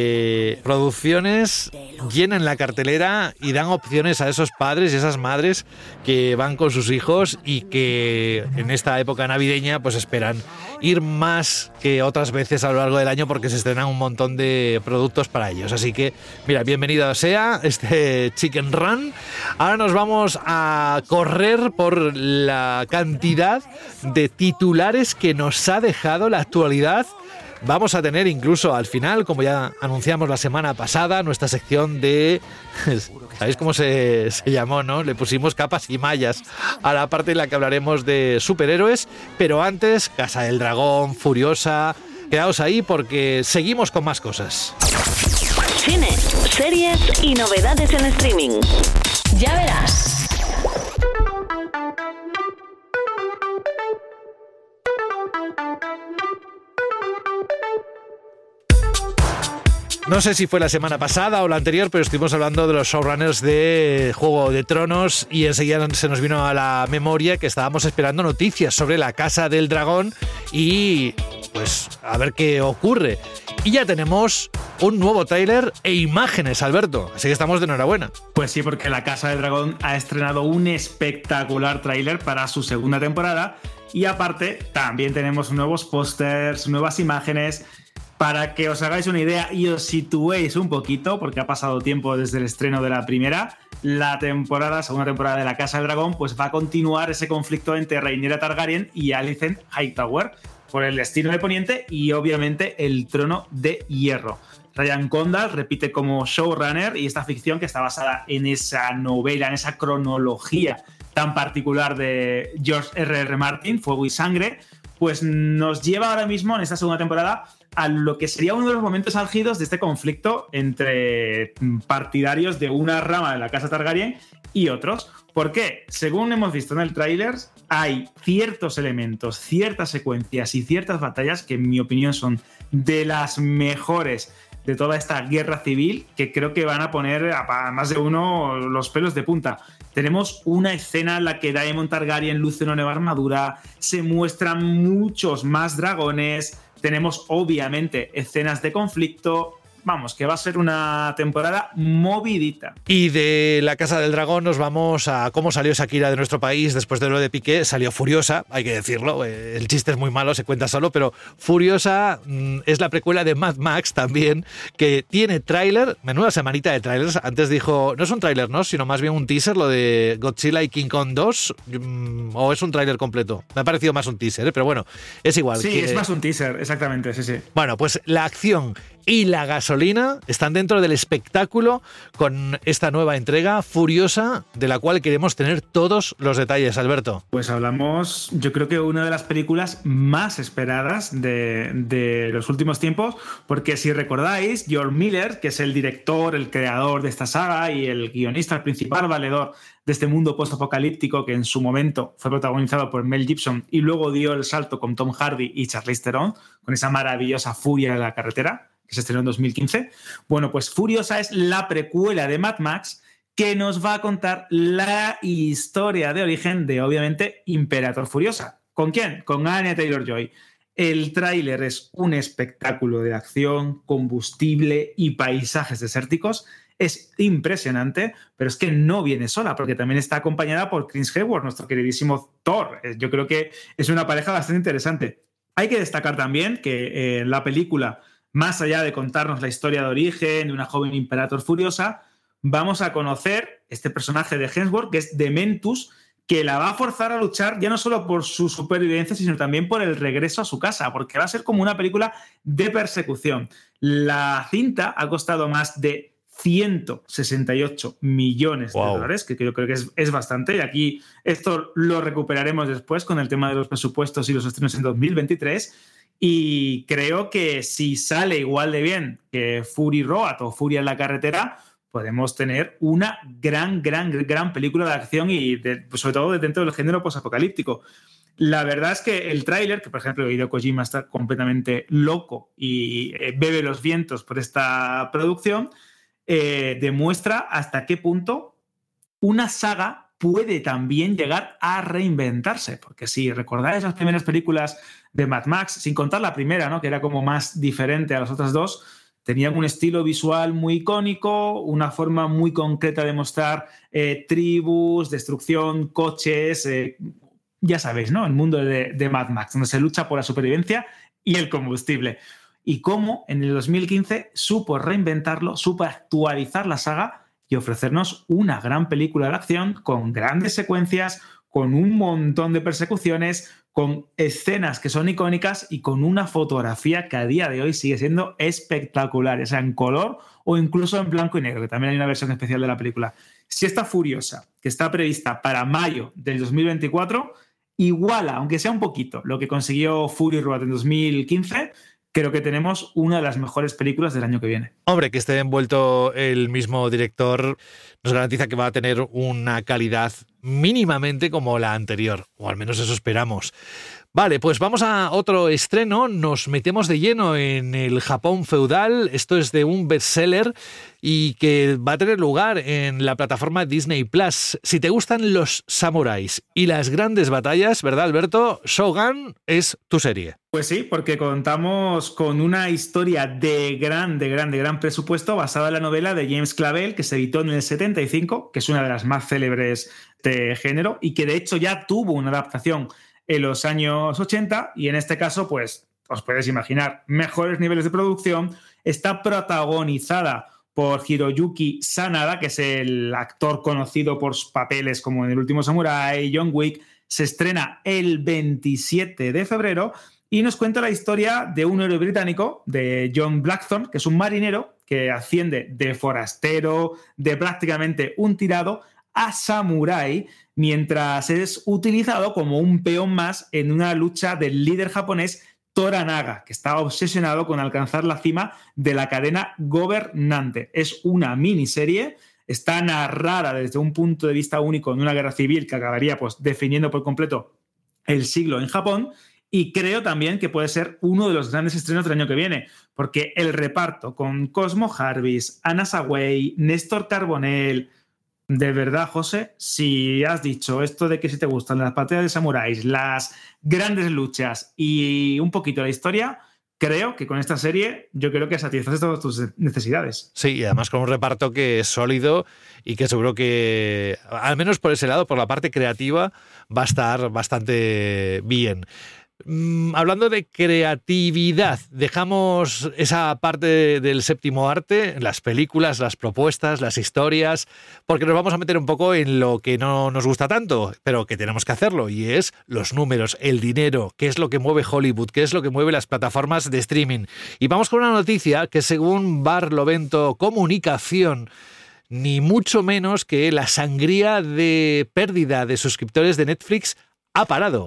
de producciones llenan la cartelera y dan opciones a esos padres y esas madres que van con sus hijos y que en esta época navideña pues esperan ir más que otras veces a lo largo del año porque se estrenan un montón de productos para ellos. Así que, mira, bienvenido sea este Chicken Run. Ahora nos vamos a correr por la cantidad de titulares que nos ha dejado la actualidad. Vamos a tener incluso al final, como ya anunciamos la semana pasada, nuestra sección de... ¿Sabéis cómo se, se llamó, no? Le pusimos capas y mallas a la parte en la que hablaremos de superhéroes. Pero antes, Casa del Dragón, Furiosa... Quedaos ahí porque seguimos con más cosas. Cine, series y novedades en streaming. Ya verás. No sé si fue la semana pasada o la anterior, pero estuvimos hablando de los showrunners de Juego de Tronos y enseguida se nos vino a la memoria que estábamos esperando noticias sobre la Casa del Dragón y pues a ver qué ocurre. Y ya tenemos un nuevo tráiler e imágenes, Alberto, así que estamos de enhorabuena. Pues sí, porque la Casa del Dragón ha estrenado un espectacular tráiler para su segunda temporada y aparte también tenemos nuevos pósters, nuevas imágenes. Para que os hagáis una idea y os situéis un poquito, porque ha pasado tiempo desde el estreno de la primera, la temporada, segunda temporada de La Casa del Dragón, pues va a continuar ese conflicto entre Rhaenyra Targaryen y Alicent Hightower por el destino de Poniente y obviamente el trono de hierro. Ryan Condal repite como showrunner y esta ficción que está basada en esa novela, en esa cronología tan particular de George erre erre Martin, Fuego y Sangre, pues nos lleva ahora mismo en esta segunda temporada a lo que sería uno de los momentos álgidos de este conflicto entre partidarios de una rama de la Casa Targaryen y otros. Porque, según hemos visto en el tráiler, hay ciertos elementos, ciertas secuencias y ciertas batallas que en mi opinión son de las mejores de toda esta guerra civil, que creo que van a poner a más de uno los pelos de punta. Tenemos una escena en la que Daemon Targaryen luce una nueva armadura, se muestran muchos más dragones, tenemos obviamente escenas de conflicto. Vamos, que va a ser una temporada movidita. Y de La Casa del Dragón nos vamos a cómo salió Shakira de nuestro país después de lo de Piqué. Salió Furiosa, hay que decirlo. El chiste es muy malo, se cuenta solo, pero Furiosa mmm, es la precuela de Mad Max también, que tiene tráiler, menuda semanita de tráilers. Antes dijo, no es un tráiler, ¿no? Sino más bien un teaser, lo de Godzilla y King Kong dos, mmm, o es un tráiler completo. Me ha parecido más un teaser, ¿eh? Pero bueno, es igual. Sí, que... es más un teaser, exactamente, sí, sí. Bueno, pues la acción y la gasolina están dentro del espectáculo con esta nueva entrega Furiosa, de la cual queremos tener todos los detalles, Alberto. Pues hablamos, yo creo que una de las películas más esperadas de, de los últimos tiempos, porque si recordáis, George Miller, que es el director, el creador de esta saga y el guionista, el principal valedor de este mundo post-apocalíptico que en su momento fue protagonizado por Mel Gibson y luego dio el salto con Tom Hardy y Charlize Theron, con esa maravillosa Furia de la carretera, que se estrenó en dos mil quince. Bueno, pues Furiosa es la precuela de Mad Max que nos va a contar la historia de origen de, obviamente, Imperator Furiosa. ¿Con quién? Con Anya Taylor-Joy. El tráiler es un espectáculo de acción, combustible y paisajes desérticos. Es impresionante, pero es que no viene sola, porque también está acompañada por Chris Hemsworth, nuestro queridísimo Thor. Yo creo que es una pareja bastante interesante. Hay que destacar también que eh, la película, más allá de contarnos la historia de origen de una joven Imperator Furiosa, vamos a conocer este personaje de Hemsworth, que es Dementus, que la va a forzar a luchar ya no solo por su supervivencia, sino también por el regreso a su casa, porque va a ser como una película de persecución. La cinta ha costado más de ciento sesenta y ocho millones wow. de dólares, que yo creo que es, es bastante, y aquí esto lo recuperaremos después con el tema de los presupuestos y los estrenos en dos mil veintitrés, y creo que si sale igual de bien que Fury Road o Furia en la carretera, podemos tener una gran, gran, gran película de acción y de, sobre todo dentro del género posapocalíptico. La verdad es que el tráiler, que por ejemplo Hideo Kojima está completamente loco y eh, bebe los vientos por esta producción, eh, demuestra hasta qué punto una saga puede también llegar a reinventarse. Porque si recordáis las primeras películas de Mad Max, sin contar la primera, ¿no?, que era como más diferente a las otras dos, tenían un estilo visual muy icónico, una forma muy concreta de mostrar eh, tribus, destrucción, coches, eh, ya sabéis, ¿no?, el mundo de, de Mad Max, donde se lucha por la supervivencia y el combustible. Y cómo en el dos mil quince supo reinventarlo, supo actualizar la saga y ofrecernos una gran película de acción con grandes secuencias, con un montón de persecuciones, con escenas que son icónicas y con una fotografía que a día de hoy sigue siendo espectacular, ya sea en color o incluso en blanco y negro, que también hay una versión especial de la película. Si esta Furiosa, que está prevista para mayo del dos mil veinticuatro, iguala, aunque sea un poquito, lo que consiguió Fury Road en dos mil quince, creo que tenemos una de las mejores películas del año que viene. Hombre, que esté envuelto el mismo director nos garantiza que va a tener una calidad mínimamente como la anterior, o al menos eso esperamos. Vale, pues vamos a otro estreno, nos metemos de lleno en el Japón feudal. Esto es de un bestseller y que va a tener lugar en la plataforma Disney Plus. Si te gustan los samuráis y las grandes batallas, ¿verdad, Alberto? Shogun es tu serie. Pues sí, porque contamos con una historia de gran, de gran, de gran presupuesto basada en la novela de James Clavell, que se editó en el setenta y cinco, que es una de las más célebres de género y que de hecho ya tuvo una adaptación en los años ochenta, y en este caso, pues, os podéis imaginar, mejores niveles de producción. Está protagonizada por Hiroyuki Sanada, que es el actor conocido por sus papeles como en El último samurái, John Wick. Se estrena el veintisiete de febrero y nos cuenta la historia de un héroe británico, de John Blackthorne, que es un marinero que asciende de forastero, de prácticamente un tirado, a samurái, mientras es utilizado como un peón más en una lucha del líder japonés Toranaga, que está obsesionado con alcanzar la cima de la cadena gobernante. Es una miniserie, está narrada desde un punto de vista único en una guerra civil que acabaría pues definiendo por completo el siglo en Japón, y creo también que puede ser uno de los grandes estrenos del año que viene, porque el reparto con Cosmo Jarvis, Anna Sawai, Néstor Carbonell. De verdad, José, si has dicho esto de que si te gustan las batallas de samuráis, las grandes luchas y un poquito la historia, creo que con esta serie yo creo que satisfaces todas tus necesidades. Sí, y además con un reparto que es sólido y que seguro que, al menos por ese lado, por la parte creativa, va a estar bastante bien. Mm, hablando de creatividad, dejamos esa parte del séptimo arte, las películas, las propuestas, las historias, porque nos vamos a meter un poco en lo que no nos gusta tanto, pero que tenemos que hacerlo, y es los números, el dinero, qué es lo que mueve Hollywood, qué es lo que mueve las plataformas de streaming. Y vamos con una noticia que, según Barlovento Comunicación, ni mucho menos que la sangría de pérdida de suscriptores de Netflix ha parado.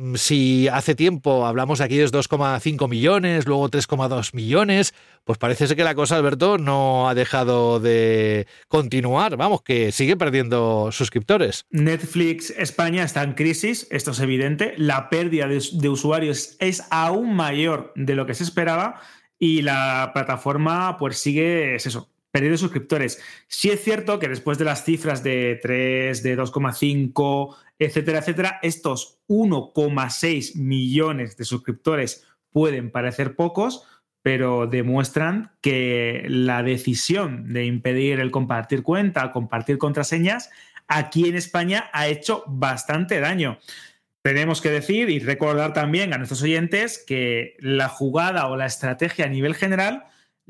Si hace tiempo hablamos de aquellos dos coma cinco millones, luego tres coma dos millones, pues parece ser que la cosa, Alberto, no ha dejado de continuar. Vamos, que sigue perdiendo suscriptores. Netflix España está en crisis, esto es evidente. La pérdida de, de usuarios es aún mayor de lo que se esperaba y la plataforma pues sigue, es eso, perdiendo suscriptores. Sí es cierto que después de las cifras de tres, de dos coma cinco, etcétera, etcétera, estos uno coma seis millones de suscriptores pueden parecer pocos, pero demuestran que la decisión de impedir el compartir cuenta, compartir contraseñas, aquí en España ha hecho bastante daño. Tenemos que decir y recordar también a nuestros oyentes que la jugada o la estrategia a nivel general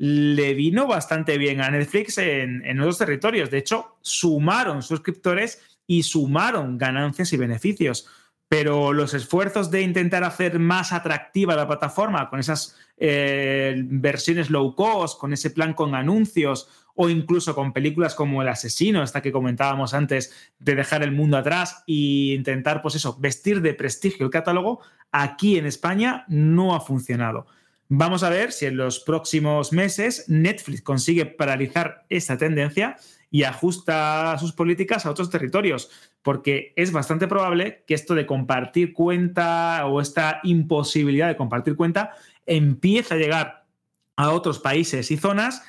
le vino bastante bien a Netflix en, en otros territorios. De hecho, sumaron suscriptores y sumaron ganancias y beneficios. Pero los esfuerzos de intentar hacer más atractiva la plataforma con esas eh, versiones low cost, con ese plan con anuncios o incluso con películas como El asesino, esta que comentábamos antes, de dejar el mundo atrás e intentar, pues eso, vestir de prestigio el catálogo, aquí en España no ha funcionado. Vamos a ver si en los próximos meses Netflix consigue paralizar esta tendencia y ajusta sus políticas a otros territorios, porque es bastante probable que esto de compartir cuenta o esta imposibilidad de compartir cuenta empiece a llegar a otros países y zonas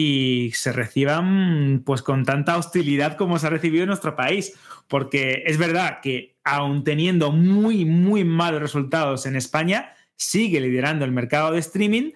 y se reciban pues con tanta hostilidad como se ha recibido en nuestro país, porque es verdad que aun teniendo muy, muy malos resultados en España, sigue liderando el mercado de streaming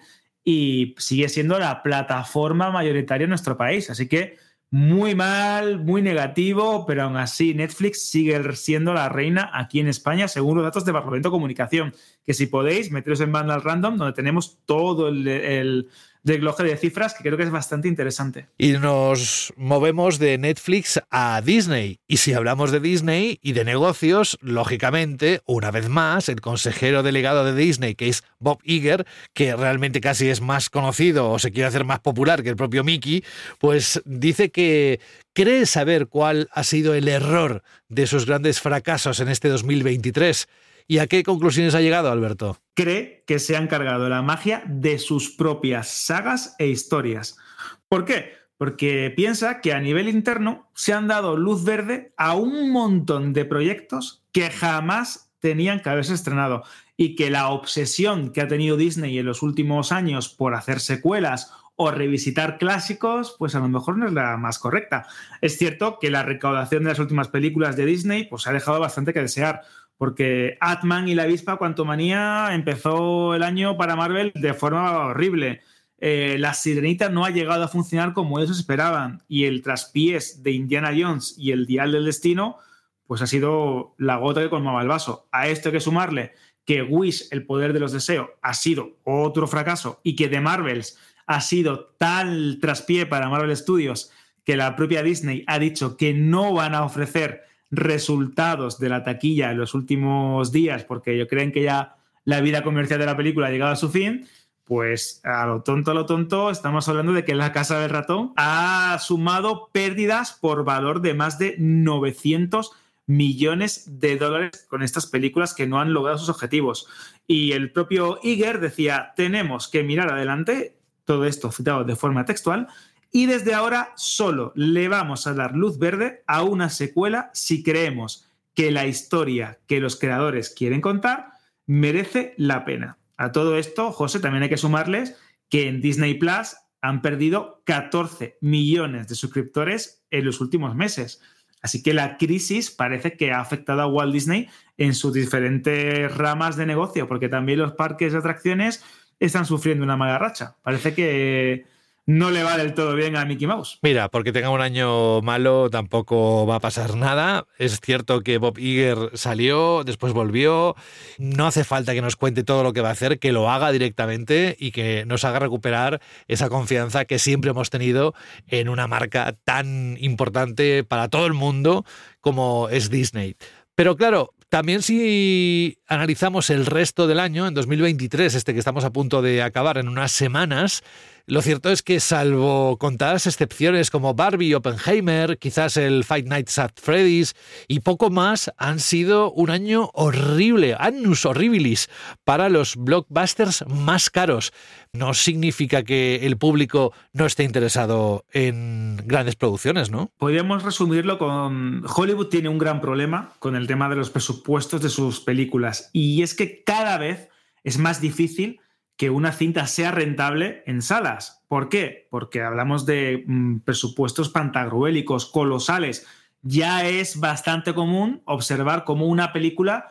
y sigue siendo la plataforma mayoritaria en nuestro país. Así que muy mal, muy negativo, pero aún así Netflix sigue siendo la reina aquí en España, según los datos de Barlovento Comunicación, que si podéis, meteros en Vandal Random, donde tenemos todo el, el desgloje de cifras, que creo que es bastante interesante. Y nos movemos de Netflix a Disney. Y si hablamos de Disney y de negocios, lógicamente, una vez más, el consejero delegado de Disney, que es Bob Iger, que realmente casi es más conocido o se quiere hacer más popular que el propio Mickey, pues dice que cree saber cuál ha sido el error de sus grandes fracasos en este dos mil veintitrés. ¿Y a qué conclusiones ha llegado, Alberto? Cree que se han cargado la magia de sus propias sagas e historias. ¿Por qué? Porque piensa que a nivel interno se han dado luz verde a un montón de proyectos que jamás tenían que haberse estrenado y que la obsesión que ha tenido Disney en los últimos años por hacer secuelas o revisitar clásicos, pues a lo mejor no es la más correcta. Es cierto que la recaudación de las últimas películas de Disney pues ha dejado bastante que desear, porque Ant-Man y la avispa Quantumania empezó el año para Marvel de forma horrible. Eh, la Sirenita no ha llegado a funcionar como ellos esperaban y el traspiés de Indiana Jones y el Dial del Destino pues ha sido la gota que colmaba el vaso. A esto hay que sumarle que Wish, el poder de los deseos, ha sido otro fracaso y que The Marvels ha sido tal traspié para Marvel Studios que la propia Disney ha dicho que no van a ofrecer resultados de la taquilla en los últimos días porque ellos creen que ya la vida comercial de la película ha llegado a su fin. Pues a lo tonto, a lo tonto, estamos hablando de que La Casa del Ratón ha sumado pérdidas por valor de más de novecientos millones de dólares con estas películas que no han logrado sus objetivos. Y el propio Iger decía, tenemos que mirar adelante, todo esto citado de forma textual, y desde ahora solo le vamos a dar luz verde a una secuela si creemos que la historia que los creadores quieren contar merece la pena. A todo esto, José, también hay que sumarles que en Disney Plus han perdido catorce millones de suscriptores en los últimos meses. Así que la crisis parece que ha afectado a Walt Disney en sus diferentes ramas de negocio, porque también los parques de atracciones están sufriendo una mala racha. Parece que no le va del todo bien a Mickey Mouse. Mira, porque tenga un año malo tampoco va a pasar nada. Es cierto que Bob Iger salió, después volvió. No hace falta que nos cuente todo lo que va a hacer, que lo haga directamente y que nos haga recuperar esa confianza que siempre hemos tenido en una marca tan importante para todo el mundo como es Disney. Pero claro, también si analizamos el resto del año, en dos mil veintitrés, este que estamos a punto de acabar en unas semanas, lo cierto es que salvo contadas excepciones como Barbie, Oppenheimer, quizás el Five Nights at Freddy's y poco más, han sido un año horrible, annus horribilis, para los blockbusters más caros. No significa que el público no esté interesado en grandes producciones, ¿no? Podríamos resumirlo con... Hollywood tiene un gran problema con el tema de los presupuestos de sus películas, y es que cada vez es más difícil que una cinta sea rentable en salas. ¿Por qué? Porque hablamos de mm, presupuestos pantagruélicos, colosales. Ya es bastante común observar cómo una película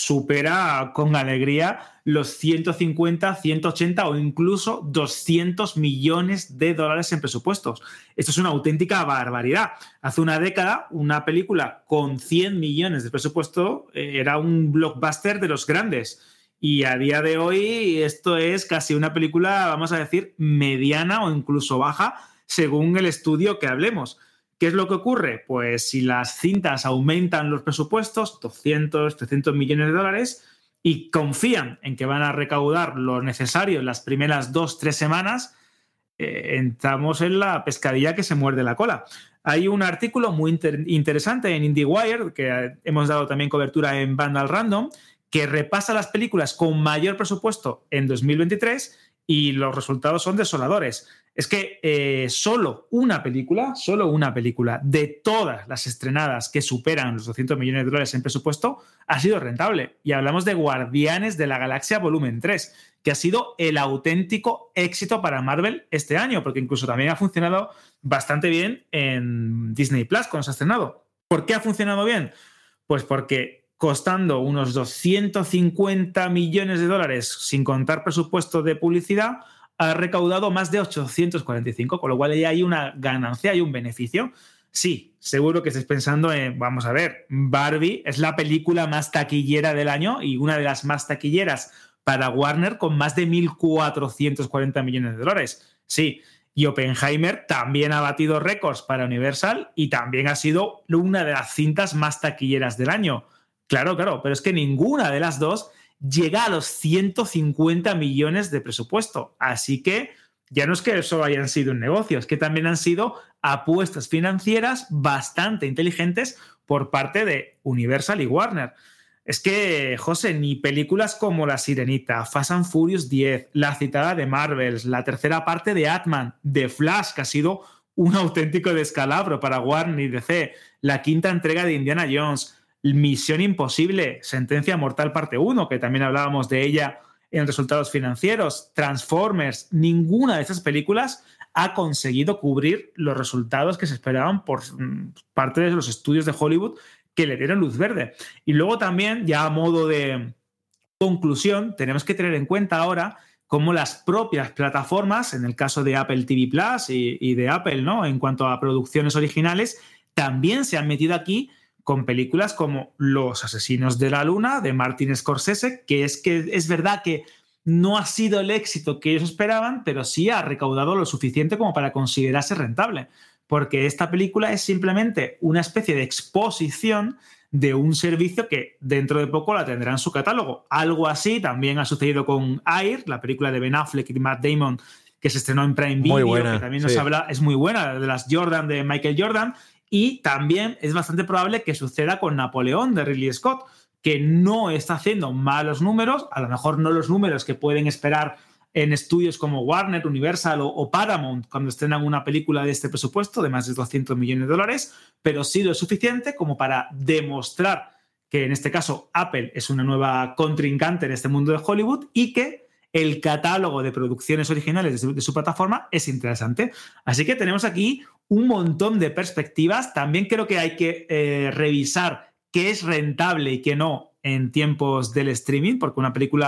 supera con alegría los ciento cincuenta, ciento ochenta o incluso doscientos millones de dólares en presupuestos. Esto es una auténtica barbaridad. Hace una década, una película con cien millones de presupuesto eh, era un blockbuster de los grandes. Y a día de hoy esto es casi una película, vamos a decir, mediana o incluso baja, según el estudio que hablemos. ¿Qué es lo que ocurre? Pues si las cintas aumentan los presupuestos, doscientos, trescientos millones de dólares, y confían en que van a recaudar lo necesario en las primeras dos, tres semanas, eh, entramos en la pescadilla que se muerde la cola. Hay un artículo muy inter- interesante en IndieWire, que hemos dado también cobertura en Vandal Random, que repasa las películas con mayor presupuesto en dos mil veintitrés y los resultados son desoladores. Es que eh, solo una película, solo una película de todas las estrenadas que superan los doscientos millones de dólares en presupuesto ha sido rentable. Y hablamos de Guardianes de la Galaxia Volumen tres, que ha sido el auténtico éxito para Marvel este año, porque incluso también ha funcionado bastante bien en Disney Plus cuando se ha estrenado. ¿Por qué ha funcionado bien? Pues porque costando unos doscientos cincuenta millones de dólares sin contar presupuesto de publicidad, ha recaudado más de ochocientos cuarenta y cinco, con lo cual ya hay una ganancia, hay un beneficio. Sí, seguro que estáis pensando en, vamos a ver, Barbie es la película más taquillera del año y una de las más taquilleras para Warner con más de mil cuatrocientos cuarenta millones de dólares. Sí, y Oppenheimer también ha batido récords para Universal y también ha sido una de las cintas más taquilleras del año. Claro, claro, pero es que ninguna de las dos llega a los ciento cincuenta millones de presupuesto. Así que ya no es que solo hayan sido un negocio, es que también han sido apuestas financieras bastante inteligentes por parte de Universal y Warner. Es que, José, ni películas como La Sirenita, Fast and Furious diez, la citada de Marvels, la tercera parte de Ant-Man, The Flash, que ha sido un auténtico descalabro para Warner y D C, la quinta entrega de Indiana Jones, Misión Imposible, Sentencia Mortal parte uno, que también hablábamos de ella en resultados financieros, Transformers, ninguna de esas películas ha conseguido cubrir los resultados que se esperaban por parte de los estudios de Hollywood que le dieron luz verde. Y luego también, ya a modo de conclusión, tenemos que tener en cuenta ahora cómo las propias plataformas, en el caso de Apple T V Plus y, y de Apple, ¿no?, en cuanto a producciones originales, también se han metido aquí con películas como Los Asesinos de la Luna, de Martin Scorsese, que es que es verdad que no ha sido el éxito que ellos esperaban, pero sí ha recaudado lo suficiente como para considerarse rentable, porque esta película es simplemente una especie de exposición de un servicio que dentro de poco la tendrá en su catálogo. Algo así también ha sucedido con Air, la película de Ben Affleck y Matt Damon, que se estrenó en Prime Video, buena, que también nos sí. habla, es muy buena, de las Jordan, de Michael Jordan. Y también es bastante probable que suceda con Napoleón de Ridley Scott, que no está haciendo malos números, a lo mejor no los números que pueden esperar en estudios como Warner, Universal o, o Paramount cuando estrenan una película de este presupuesto de más de doscientos millones de dólares, pero sí lo suficiente como para demostrar que en este caso Apple es una nueva contrincante en este mundo de Hollywood y que el catálogo de producciones originales de su, de su plataforma es interesante. Así que tenemos aquí un montón de perspectivas. También creo que hay que eh, revisar qué es rentable y qué no en tiempos del streaming, porque una película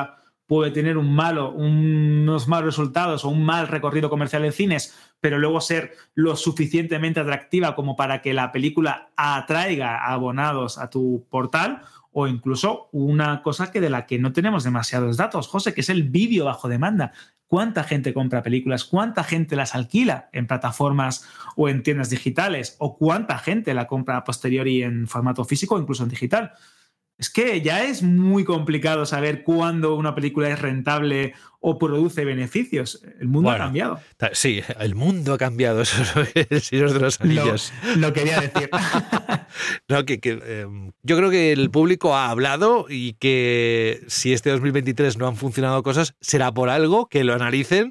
puede tener un malo, unos malos resultados o un mal recorrido comercial en cines, pero luego ser lo suficientemente atractiva como para que la película atraiga a abonados a tu portal, o incluso una cosa que de la que no tenemos demasiados datos, José, que es el vídeo bajo demanda. ¿Cuánta gente compra películas? ¿Cuánta gente las alquila en plataformas o en tiendas digitales? ¿O cuánta gente la compra a posteriori en formato físico o incluso en digital? Es que ya es muy complicado saber cuándo una película es rentable o produce beneficios. El mundo bueno, ha cambiado. Sí, el mundo ha cambiado. Eso es el Señor de los Anillos. Lo, lo quería decir. no, que, que, eh, yo creo que el público ha hablado y que si este dos mil veintitrés no han funcionado cosas, será por algo, que lo analicen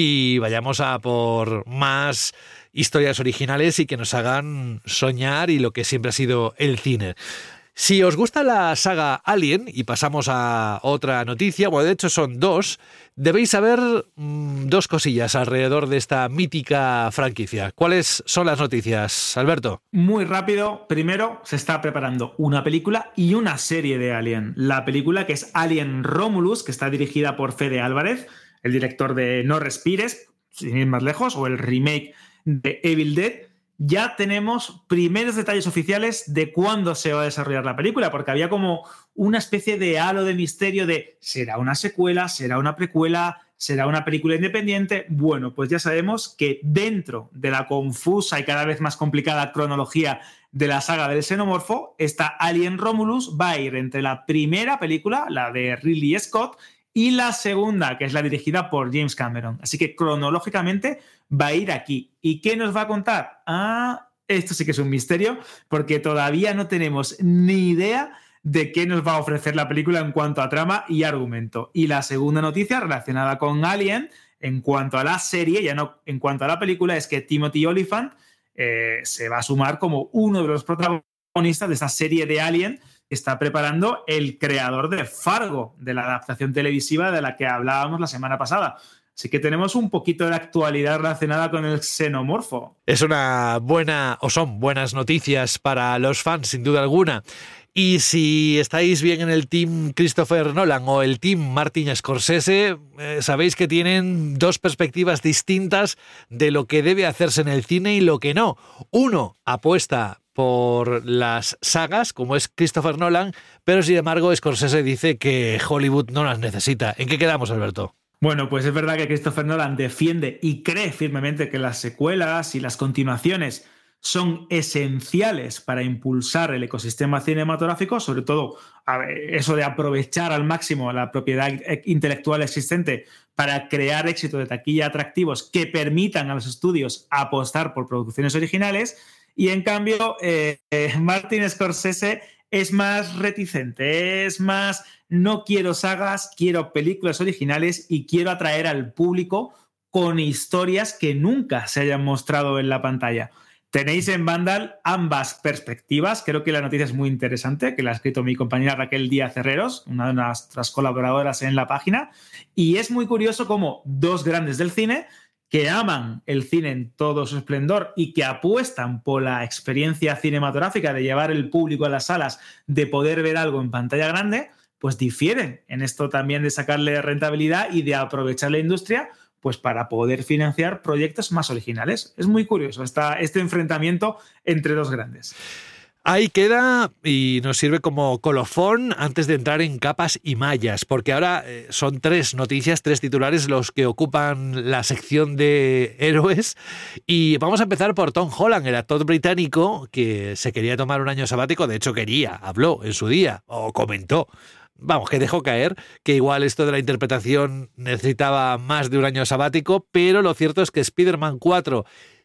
y vayamos a por más historias originales y que nos hagan soñar y lo que siempre ha sido el cine. Si os gusta la saga Alien, y pasamos a otra noticia, bueno, de hecho son dos, debéis saber mmm, dos cosillas alrededor de esta mítica franquicia. ¿Cuáles son las noticias, Alberto? Muy rápido. Primero, se está preparando una película y una serie de Alien. La película, que es Alien Romulus, que está dirigida por Fede Álvarez, el director de No Respires, sin ir más lejos, o el remake de Evil Dead. Ya tenemos primeros detalles oficiales de cuándo se va a desarrollar la película, porque había como una especie de halo de misterio de ¿será una secuela? ¿Será una precuela? ¿Será una película independiente? Bueno, pues ya sabemos que dentro de la confusa y cada vez más complicada cronología de la saga del xenomorfo, esta Alien Romulus va a ir entre la primera película, la de Ridley Scott, y la segunda, que es la dirigida por James Cameron. Así que cronológicamente va a ir aquí. ¿Y qué nos va a contar? Ah, esto sí que es un misterio, porque todavía no tenemos ni idea de qué nos va a ofrecer la película en cuanto a trama y argumento. Y la segunda noticia relacionada con Alien, en cuanto a la serie, ya no en cuanto a la película, es que Timothy Olyphant eh, se va a sumar como uno de los protagonistas de esa serie de Alien que está preparando el creador de Fargo, de la adaptación televisiva de la que hablábamos la semana pasada. Así que tenemos un poquito de actualidad relacionada con el xenomorfo. Es una buena, o son buenas noticias para los fans, sin duda alguna. Y si estáis bien en el team Christopher Nolan o el team Martin Scorsese, eh, sabéis que tienen dos perspectivas distintas de lo que debe hacerse en el cine y lo que no. Uno apuesta por las sagas, como es Christopher Nolan, pero sin embargo Scorsese dice que Hollywood no las necesita. ¿En qué quedamos, Alberto? Bueno, pues es verdad que Christopher Nolan defiende y cree firmemente que las secuelas y las continuaciones son esenciales para impulsar el ecosistema cinematográfico, sobre todo eso de aprovechar al máximo la propiedad intelectual existente para crear éxito de taquilla atractivos que permitan a los estudios apostar por producciones originales. Y en cambio, eh, eh, Martin Scorsese es más reticente, es más, no quiero sagas, quiero películas originales y quiero atraer al público con historias que nunca se hayan mostrado en la pantalla. Tenéis en Vandal ambas perspectivas. Creo que la noticia es muy interesante, que la ha escrito mi compañera Raquel Díaz Herreros, una de nuestras colaboradoras en la página. Y es muy curioso cómo dos grandes del cine que aman el cine en todo su esplendor y que apuestan por la experiencia cinematográfica de llevar el público a las salas, de poder ver algo en pantalla grande, pues difieren en esto también de sacarle rentabilidad y de aprovechar la industria pues para poder financiar proyectos más originales. Es muy curioso esta, este enfrentamiento entre dos grandes. Ahí queda y nos sirve como colofón antes de entrar en capas y mallas, porque ahora eh, son tres noticias, tres titulares los que ocupan la sección de héroes. Y vamos a empezar por Tom Holland, el actor británico que se quería tomar un año sabático, de hecho quería, habló en su día o comentó, vamos, que dejó caer que igual esto de la interpretación necesitaba más de un año sabático, pero lo cierto es que Spider-Man cuatro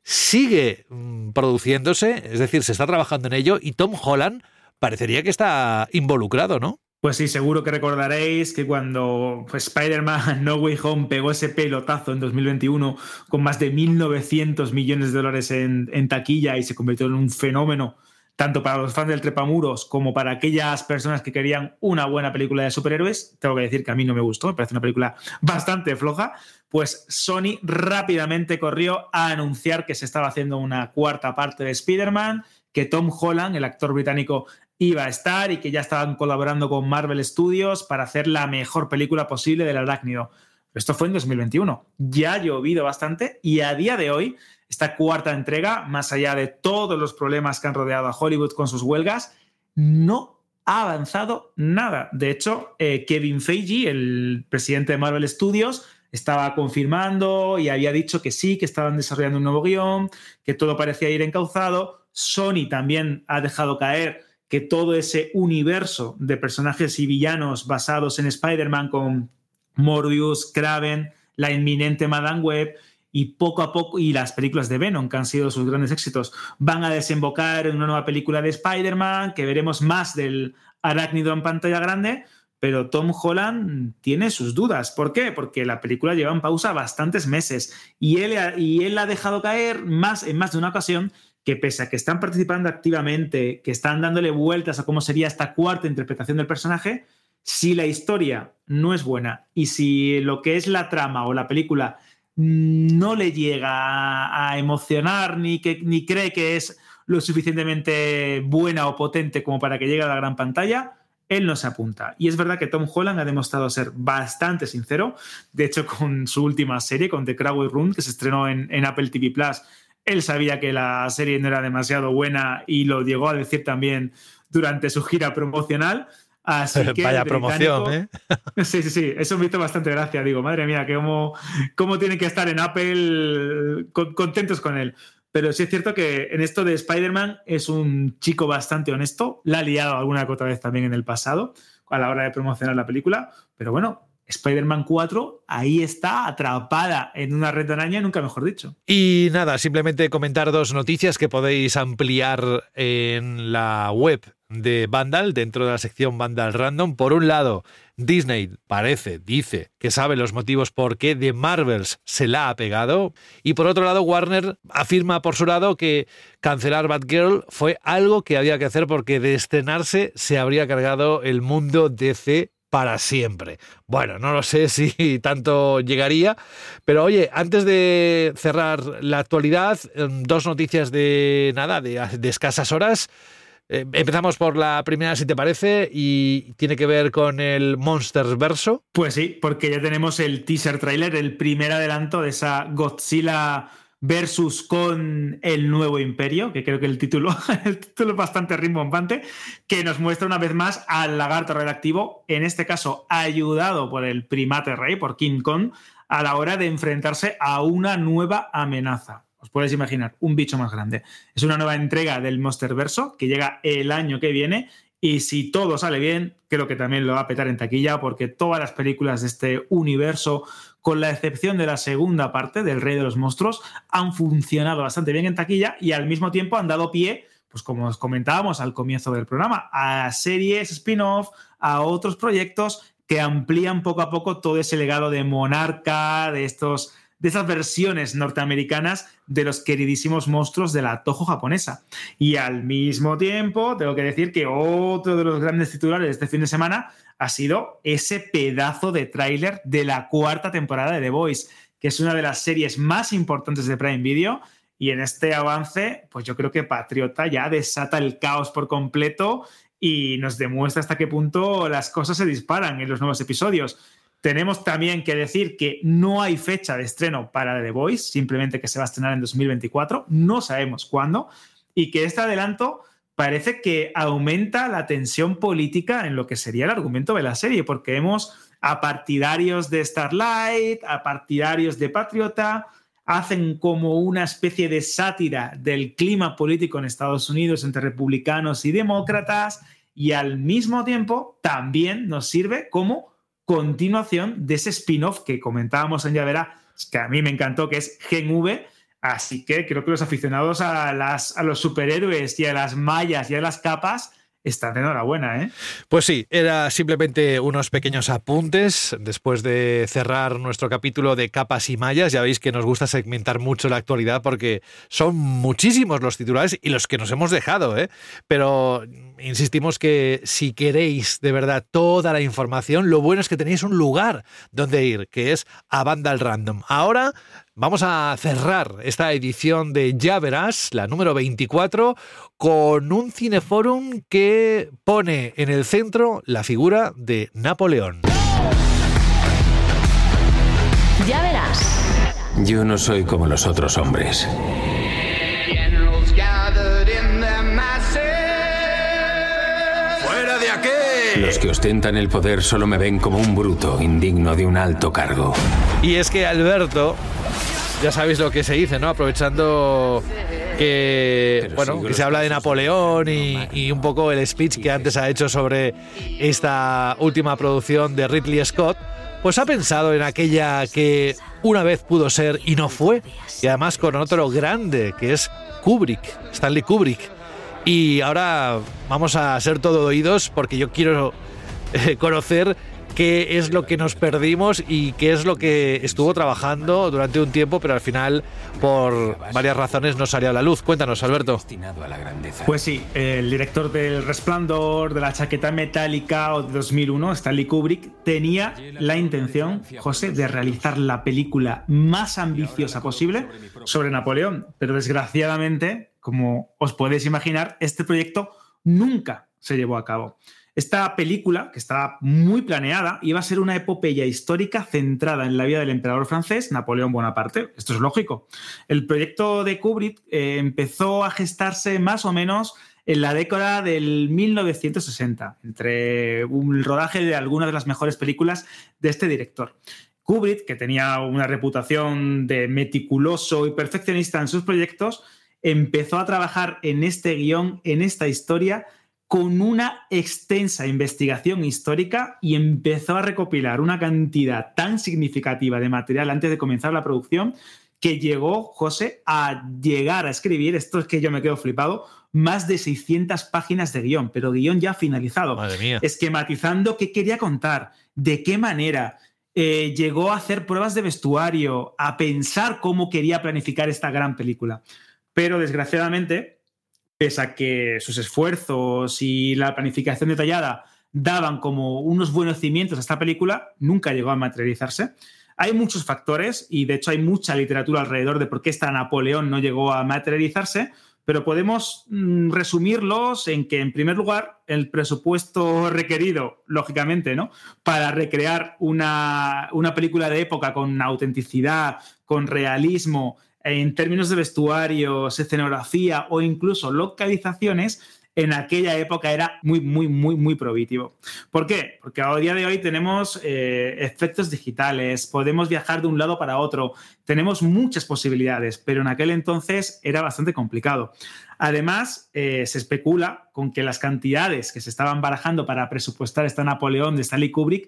sigue mmm, produciéndose, es decir, se está trabajando en ello y Tom Holland parecería que está involucrado, ¿no? Pues sí, seguro que recordaréis que cuando pues, Spider-Man No Way Home pegó ese pelotazo en dos mil veintiuno con más de mil novecientos millones de dólares en, en taquilla y se convirtió en un fenómeno tanto para los fans del trepamuros como para aquellas personas que querían una buena película de superhéroes. Tengo que decir que a mí no me gustó, me parece una película bastante floja. Pues Sony rápidamente corrió a anunciar que se estaba haciendo una cuarta parte de Spider-Man, que Tom Holland, el actor británico, iba a estar y que ya estaban colaborando con Marvel Studios para hacer la mejor película posible del arácnido. Esto fue en dos mil veintiuno. Ya ha llovido bastante y a día de hoy, esta cuarta entrega, más allá de todos los problemas que han rodeado a Hollywood con sus huelgas, no ha avanzado nada. De hecho, eh, Kevin Feige, el presidente de Marvel Studios, estaba confirmando y había dicho que sí, que estaban desarrollando un nuevo guión, que todo parecía ir encauzado. Sony también ha dejado caer que todo ese universo de personajes y villanos basados en Spider-Man con Morbius, Kraven, la inminente Madame Web y poco a poco, y las películas de Venom, que han sido sus grandes éxitos, van a desembocar en una nueva película de Spider-Man, que veremos más del arácnido en pantalla grande, pero Tom Holland tiene sus dudas. ¿Por qué? Porque la película lleva en pausa bastantes meses y él, y él ha dejado caer más, en más de una ocasión que pese a que están participando activamente, que están dándole vueltas a cómo sería esta cuarta interpretación del personaje, si la historia no es buena y si lo que es la trama o la película no le llega a emocionar ni, que, ni cree que es lo suficientemente buena o potente como para que llegue a la gran pantalla, él no se apunta. Y es verdad que Tom Holland ha demostrado ser bastante sincero. De hecho, con su última serie, con The Crowded Room, que se estrenó en, en Apple T V Plus, él sabía que la serie no era demasiado buena y lo llegó a decir también durante su gira promocional. Así que vaya promoción, ¿eh? Sí, sí, sí. Eso me hizo bastante gracia. Digo, madre mía, que cómo, cómo tienen que estar en Apple con, contentos con él. Pero sí es cierto que en esto de Spider-Man es un chico bastante honesto. La ha liado alguna que otra vez también en el pasado a la hora de promocionar la película. Pero bueno, Spider-Man cuatro ahí está, atrapada en una red de araña, nunca mejor dicho. Y nada, simplemente comentar dos noticias que podéis ampliar en la web de Vandal, dentro de la sección Vandal Random. Por un lado, Disney parece, dice, que sabe los motivos por qué The Marvels se la ha pegado. Y por otro lado, Warner afirma por su lado que cancelar Batgirl fue algo que había que hacer porque de estrenarse se habría cargado el mundo D C para siempre. Bueno, no lo sé si tanto llegaría, pero oye, antes de cerrar la actualidad, dos noticias de nada, de, de escasas horas. Eh, empezamos por la primera, si te parece, y tiene que ver con el Monsterverso. Pues sí, porque ya tenemos el teaser trailer, el primer adelanto de esa Godzilla versus con el nuevo imperio, que creo que el título, el título es bastante rimbombante, que nos muestra una vez más al lagarto radioactivo, en este caso ayudado por el primate rey, por King Kong, a la hora de enfrentarse a una nueva amenaza. Os podéis imaginar, un bicho más grande. Es una nueva entrega del Monsterverso que llega el año que viene y si todo sale bien, creo que también lo va a petar en taquilla porque todas las películas de este universo, con la excepción de la segunda parte del Rey de los Monstruos, han funcionado bastante bien en taquilla y al mismo tiempo han dado pie, pues como os comentábamos al comienzo del programa, a series spin-off, a otros proyectos que amplían poco a poco todo ese legado de Monarca, de estos... de esas versiones norteamericanas de los queridísimos monstruos de la Toho japonesa. Y al mismo tiempo, tengo que decir que otro de los grandes titulares de este fin de semana ha sido ese pedazo de tráiler de la cuarta temporada de The Boys, que es una de las series más importantes de Prime Video, y en este avance, pues yo creo que Patriota ya desata el caos por completo y nos demuestra hasta qué punto las cosas se disparan en los nuevos episodios. Tenemos también que decir que no hay fecha de estreno para The Boys, simplemente que se va a estrenar en dos mil veinticuatro, no sabemos cuándo, y que este adelanto parece que aumenta la tensión política en lo que sería el argumento de la serie, porque vemos a partidarios de Starlight, a partidarios de Patriota, hacen como una especie de sátira del clima político en Estados Unidos entre republicanos y demócratas, y al mismo tiempo también nos sirve como continuación de ese spin-off que comentábamos en Ya Verá, que a mí me encantó, que es Gen V, así que creo que los aficionados a, las, a los superhéroes y a las mallas y a las capas están de enhorabuena, ¿eh? Pues sí, era simplemente unos pequeños apuntes después de cerrar nuestro capítulo de capas y mallas. Ya veis que nos gusta segmentar mucho la actualidad porque son muchísimos los titulares y los que nos hemos dejado, ¿eh? Pero insistimos que si queréis de verdad toda la información, lo bueno es que tenéis un lugar donde ir, que es a Vandal Random. Ahora vamos a cerrar esta edición de Ya Verás, la número veinticuatro, con un cineforum que pone en el centro la figura de Napoleón. Ya verás. Yo no soy como los otros hombres. ¡Fuera de aquí! Los que ostentan el poder solo me ven como un bruto, indigno de un alto cargo. Y es que Alberto, ya sabéis lo que se dice, ¿no? Aprovechando que, bueno, que se habla de Napoleón y, y un poco el speech que antes ha hecho sobre esta última producción de Ridley Scott, pues ha pensado en aquella que una vez pudo ser y no fue, y además con otro grande, que es Kubrick, Stanley Kubrick. Y ahora vamos a ser todo oídos porque yo quiero eh, conocer qué es lo que nos perdimos y qué es lo que estuvo trabajando durante un tiempo, pero al final, por varias razones, no salió a la luz. Cuéntanos, Alberto. Pues sí, el director del Resplandor, de la chaqueta metálica o de dos mil uno, Stanley Kubrick, tenía la intención, José, de realizar la película más ambiciosa posible sobre Napoleón, pero desgraciadamente, como os podéis imaginar, este proyecto nunca se llevó a cabo. Esta película, que estaba muy planeada, iba a ser una epopeya histórica centrada en la vida del emperador francés, Napoleón Bonaparte. Esto es lógico. El proyecto de Kubrick eh, empezó a gestarse más o menos en la década del mil novecientos sesenta, entre un rodaje de algunas de las mejores películas de este director. Kubrick, que tenía una reputación de meticuloso y perfeccionista en sus proyectos, empezó a trabajar en este guión, en esta historia, con una extensa investigación histórica y empezó a recopilar una cantidad tan significativa de material antes de comenzar la producción que llegó, José, a llegar a escribir, esto es que yo me quedo flipado, más de seiscientas páginas de guión, pero guión ya finalizado. Madre mía. Esquematizando qué quería contar, de qué manera. Eh, llegó a hacer pruebas de vestuario, a pensar cómo quería planificar esta gran película. Pero, desgraciadamente, pese a que sus esfuerzos y la planificación detallada daban como unos buenos cimientos a esta película, nunca llegó a materializarse. Hay muchos factores y, de hecho, hay mucha literatura alrededor de por qué esta Napoleón no llegó a materializarse, pero podemos mm, resumirlos en que, en primer lugar, el presupuesto requerido, lógicamente, ¿no?, para recrear una, una película de época con autenticidad, con realismo, en términos de vestuarios, escenografía o incluso localizaciones, en aquella época era muy, muy, muy, muy prohibitivo. ¿Por qué? Porque a día de hoy tenemos eh, efectos digitales, podemos viajar de un lado para otro, tenemos muchas posibilidades, pero en aquel entonces era bastante complicado. Además, eh, se especula con que las cantidades que se estaban barajando para presupuestar esta Napoleón de Stanley Kubrick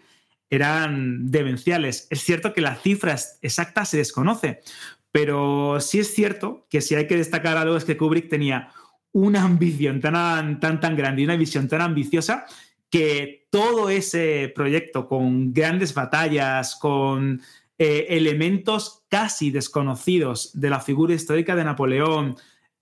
eran demenciales. Es cierto que la cifra exacta se desconoce, pero sí es cierto que si hay que destacar algo es que Kubrick tenía una ambición tan, tan, tan grande y una visión tan ambiciosa que todo ese proyecto con grandes batallas, con eh, elementos casi desconocidos de la figura histórica de Napoleón,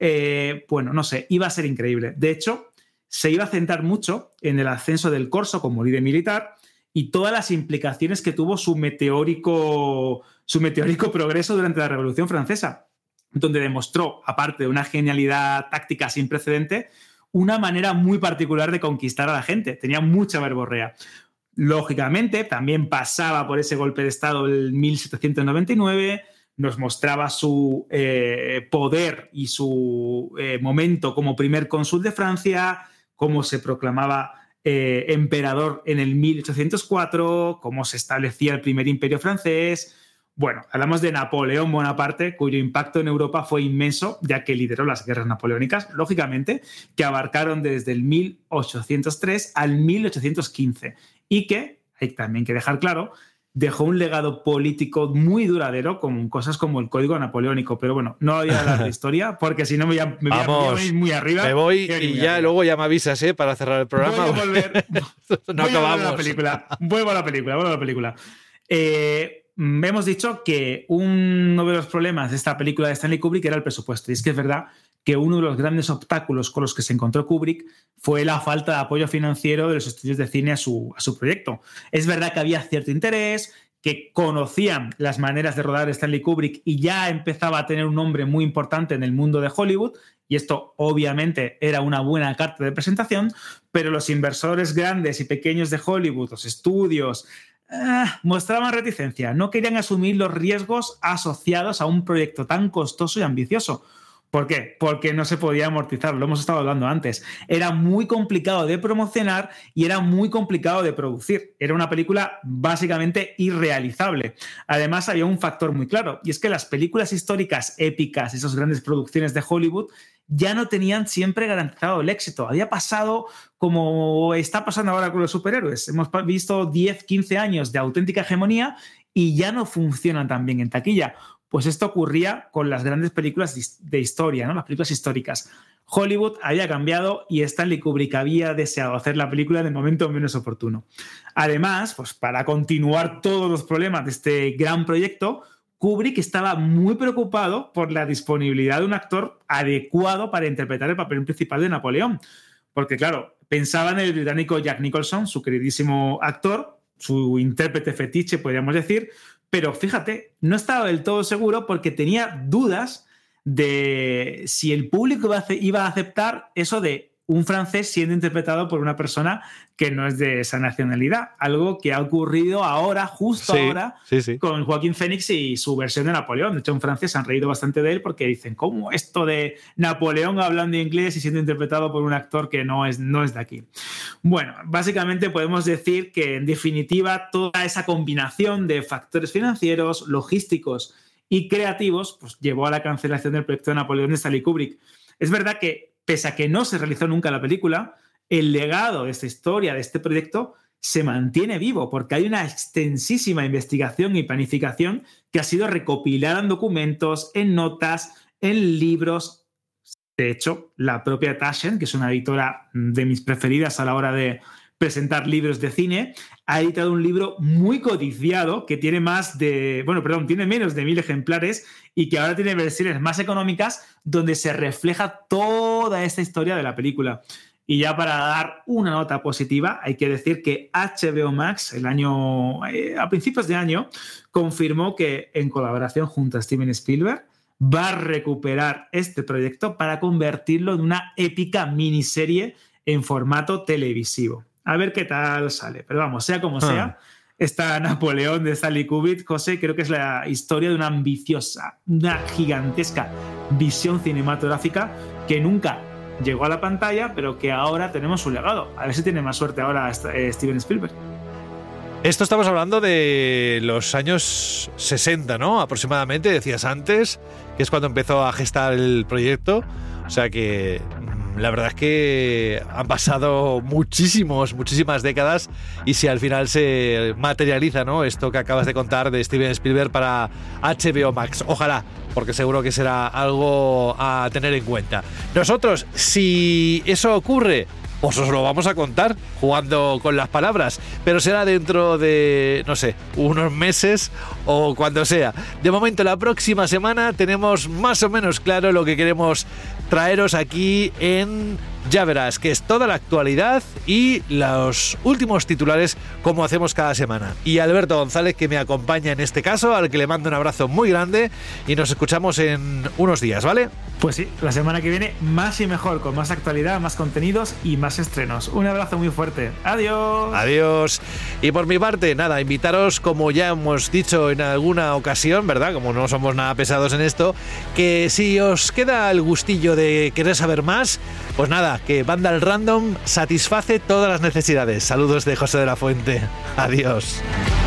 eh, bueno, no sé, iba a ser increíble. De hecho, se iba a centrar mucho en el ascenso del Corso como líder militar y todas las implicaciones que tuvo su meteórico, su meteórico progreso durante la Revolución Francesa, donde demostró, aparte de una genialidad táctica sin precedente, una manera muy particular de conquistar a la gente. Tenía mucha verborrea. Lógicamente, también pasaba por ese golpe de Estado del mil setecientos noventa y nueve, nos mostraba su eh, poder y su eh, momento como primer cónsul de Francia, cómo se proclamaba eh, emperador en el mil ochocientos cuatro, cómo se establecía el primer imperio francés. Bueno, hablamos de Napoleón Bonaparte, cuyo impacto en Europa fue inmenso, ya que lideró las guerras napoleónicas, lógicamente, que abarcaron desde el mil ochocientos tres al mil ochocientos quince y que, hay también que dejar claro, dejó un legado político muy duradero con cosas como el Código Napoleónico. Pero bueno, no voy a hablar de historia porque si no me voy a, me voy a, me voy a ir muy arriba. Me voy y ya arriba. Luego ya me avisas, ¿eh? Para cerrar el programa. Voy a volver. no voy acabamos. A la película. Vuelvo a la película, vuelvo a la película. Eh... Hemos dicho que uno de los problemas de esta película de Stanley Kubrick era el presupuesto. Y es que es verdad que uno de los grandes obstáculos con los que se encontró Kubrick fue la falta de apoyo financiero de los estudios de cine a su, a su proyecto. Es verdad que había cierto interés, que conocían las maneras de rodar Stanley Kubrick y ya empezaba a tener un nombre muy importante en el mundo de Hollywood, y esto obviamente era una buena carta de presentación, pero los inversores grandes y pequeños de Hollywood, los estudios, eh, mostraban reticencia, no querían asumir los riesgos asociados a un proyecto tan costoso y ambicioso. ¿Por qué? Porque no se podía amortizar, lo hemos estado hablando antes. Era muy complicado de promocionar y era muy complicado de producir. Era una película básicamente irrealizable. Además, había un factor muy claro, y es que las películas históricas épicas, esas grandes producciones de Hollywood, ya no tenían siempre garantizado el éxito. Había pasado como está pasando ahora con los superhéroes. Hemos visto diez, quince años de auténtica hegemonía y ya no funcionan tan bien en taquilla. Pues esto ocurría con las grandes películas de historia, ¿no? Las películas históricas. Hollywood había cambiado y Stanley Kubrick había deseado hacer la película en el momento menos oportuno. Además, pues para continuar todos los problemas de este gran proyecto, Kubrick estaba muy preocupado por la disponibilidad de un actor adecuado para interpretar el papel principal de Napoleón. Porque, claro, pensaba en el británico Jack Nicholson, su queridísimo actor, su intérprete fetiche, podríamos decir. Pero fíjate, no estaba del todo seguro porque tenía dudas de si el público iba a aceptar eso de un francés siendo interpretado por una persona que no es de esa nacionalidad. Algo que ha ocurrido ahora, justo sí, ahora, sí, sí. con Joaquín Phoenix y su versión de Napoleón. De hecho, en Francia se han reído bastante de él porque dicen, ¿cómo esto de Napoleón hablando inglés y siendo interpretado por un actor que no es, no es de aquí? Bueno, básicamente podemos decir que, en definitiva, toda esa combinación de factores financieros, logísticos y creativos pues, llevó a la cancelación del proyecto de Napoleón de Stanley Kubrick. Es verdad que, pese a que no se realizó nunca la película, el legado de esta historia, de este proyecto, se mantiene vivo porque hay una extensísima investigación y planificación que ha sido recopilada en documentos, en notas, en libros. De hecho, la propia Taschen, que es una editora de mis preferidas a la hora de presentar libros de cine, ha editado un libro muy codiciado que tiene más de, bueno, perdón, tiene menos de mil ejemplares y que ahora tiene versiones más económicas donde se refleja toda esta historia de la película. Y ya para dar una nota positiva, hay que decir que H B O Max, el año, eh, a principios de año, confirmó que, en colaboración junto a Steven Spielberg, va a recuperar este proyecto para convertirlo en una épica miniserie en formato televisivo. A ver qué tal sale. Pero vamos, sea como sea, esta Napoleón de Stanley Kubrick, José, creo que es la historia de una ambiciosa, una gigantesca visión cinematográfica que nunca llegó a la pantalla, pero que ahora tenemos su legado. A ver si tiene más suerte ahora Steven Spielberg. Esto estamos hablando de los años sesenta, ¿no? Aproximadamente, decías antes, que es cuando empezó a gestar el proyecto. O sea que la verdad es que han pasado muchísimos, muchísimas décadas y si al final se materializa, ¿no?, esto que acabas de contar de Steven Spielberg para H B O Max. Ojalá, porque seguro que será algo a tener en cuenta. Nosotros, si eso ocurre, pues os lo vamos a contar jugando con las palabras, pero será dentro de, no sé, unos meses o cuando sea. De momento, la próxima semana tenemos más o menos claro lo que queremos traeros aquí en Ya Verás, que es toda la actualidad y los últimos titulares como hacemos cada semana. Y Alberto González, que me acompaña en este caso, al que le mando un abrazo muy grande y nos escuchamos en unos días, ¿vale? Pues sí, la semana que viene más y mejor, con más actualidad, más contenidos y más estrenos. Un abrazo muy fuerte. Adiós. Adiós. Y por mi parte, nada, invitaros, como ya hemos dicho en alguna ocasión, ¿verdad? Como no somos nada pesados en esto, que si os queda el gustillo de querer saber más, pues nada, que Vandal Random satisface todas las necesidades. Saludos de José de la Fuente. Adiós.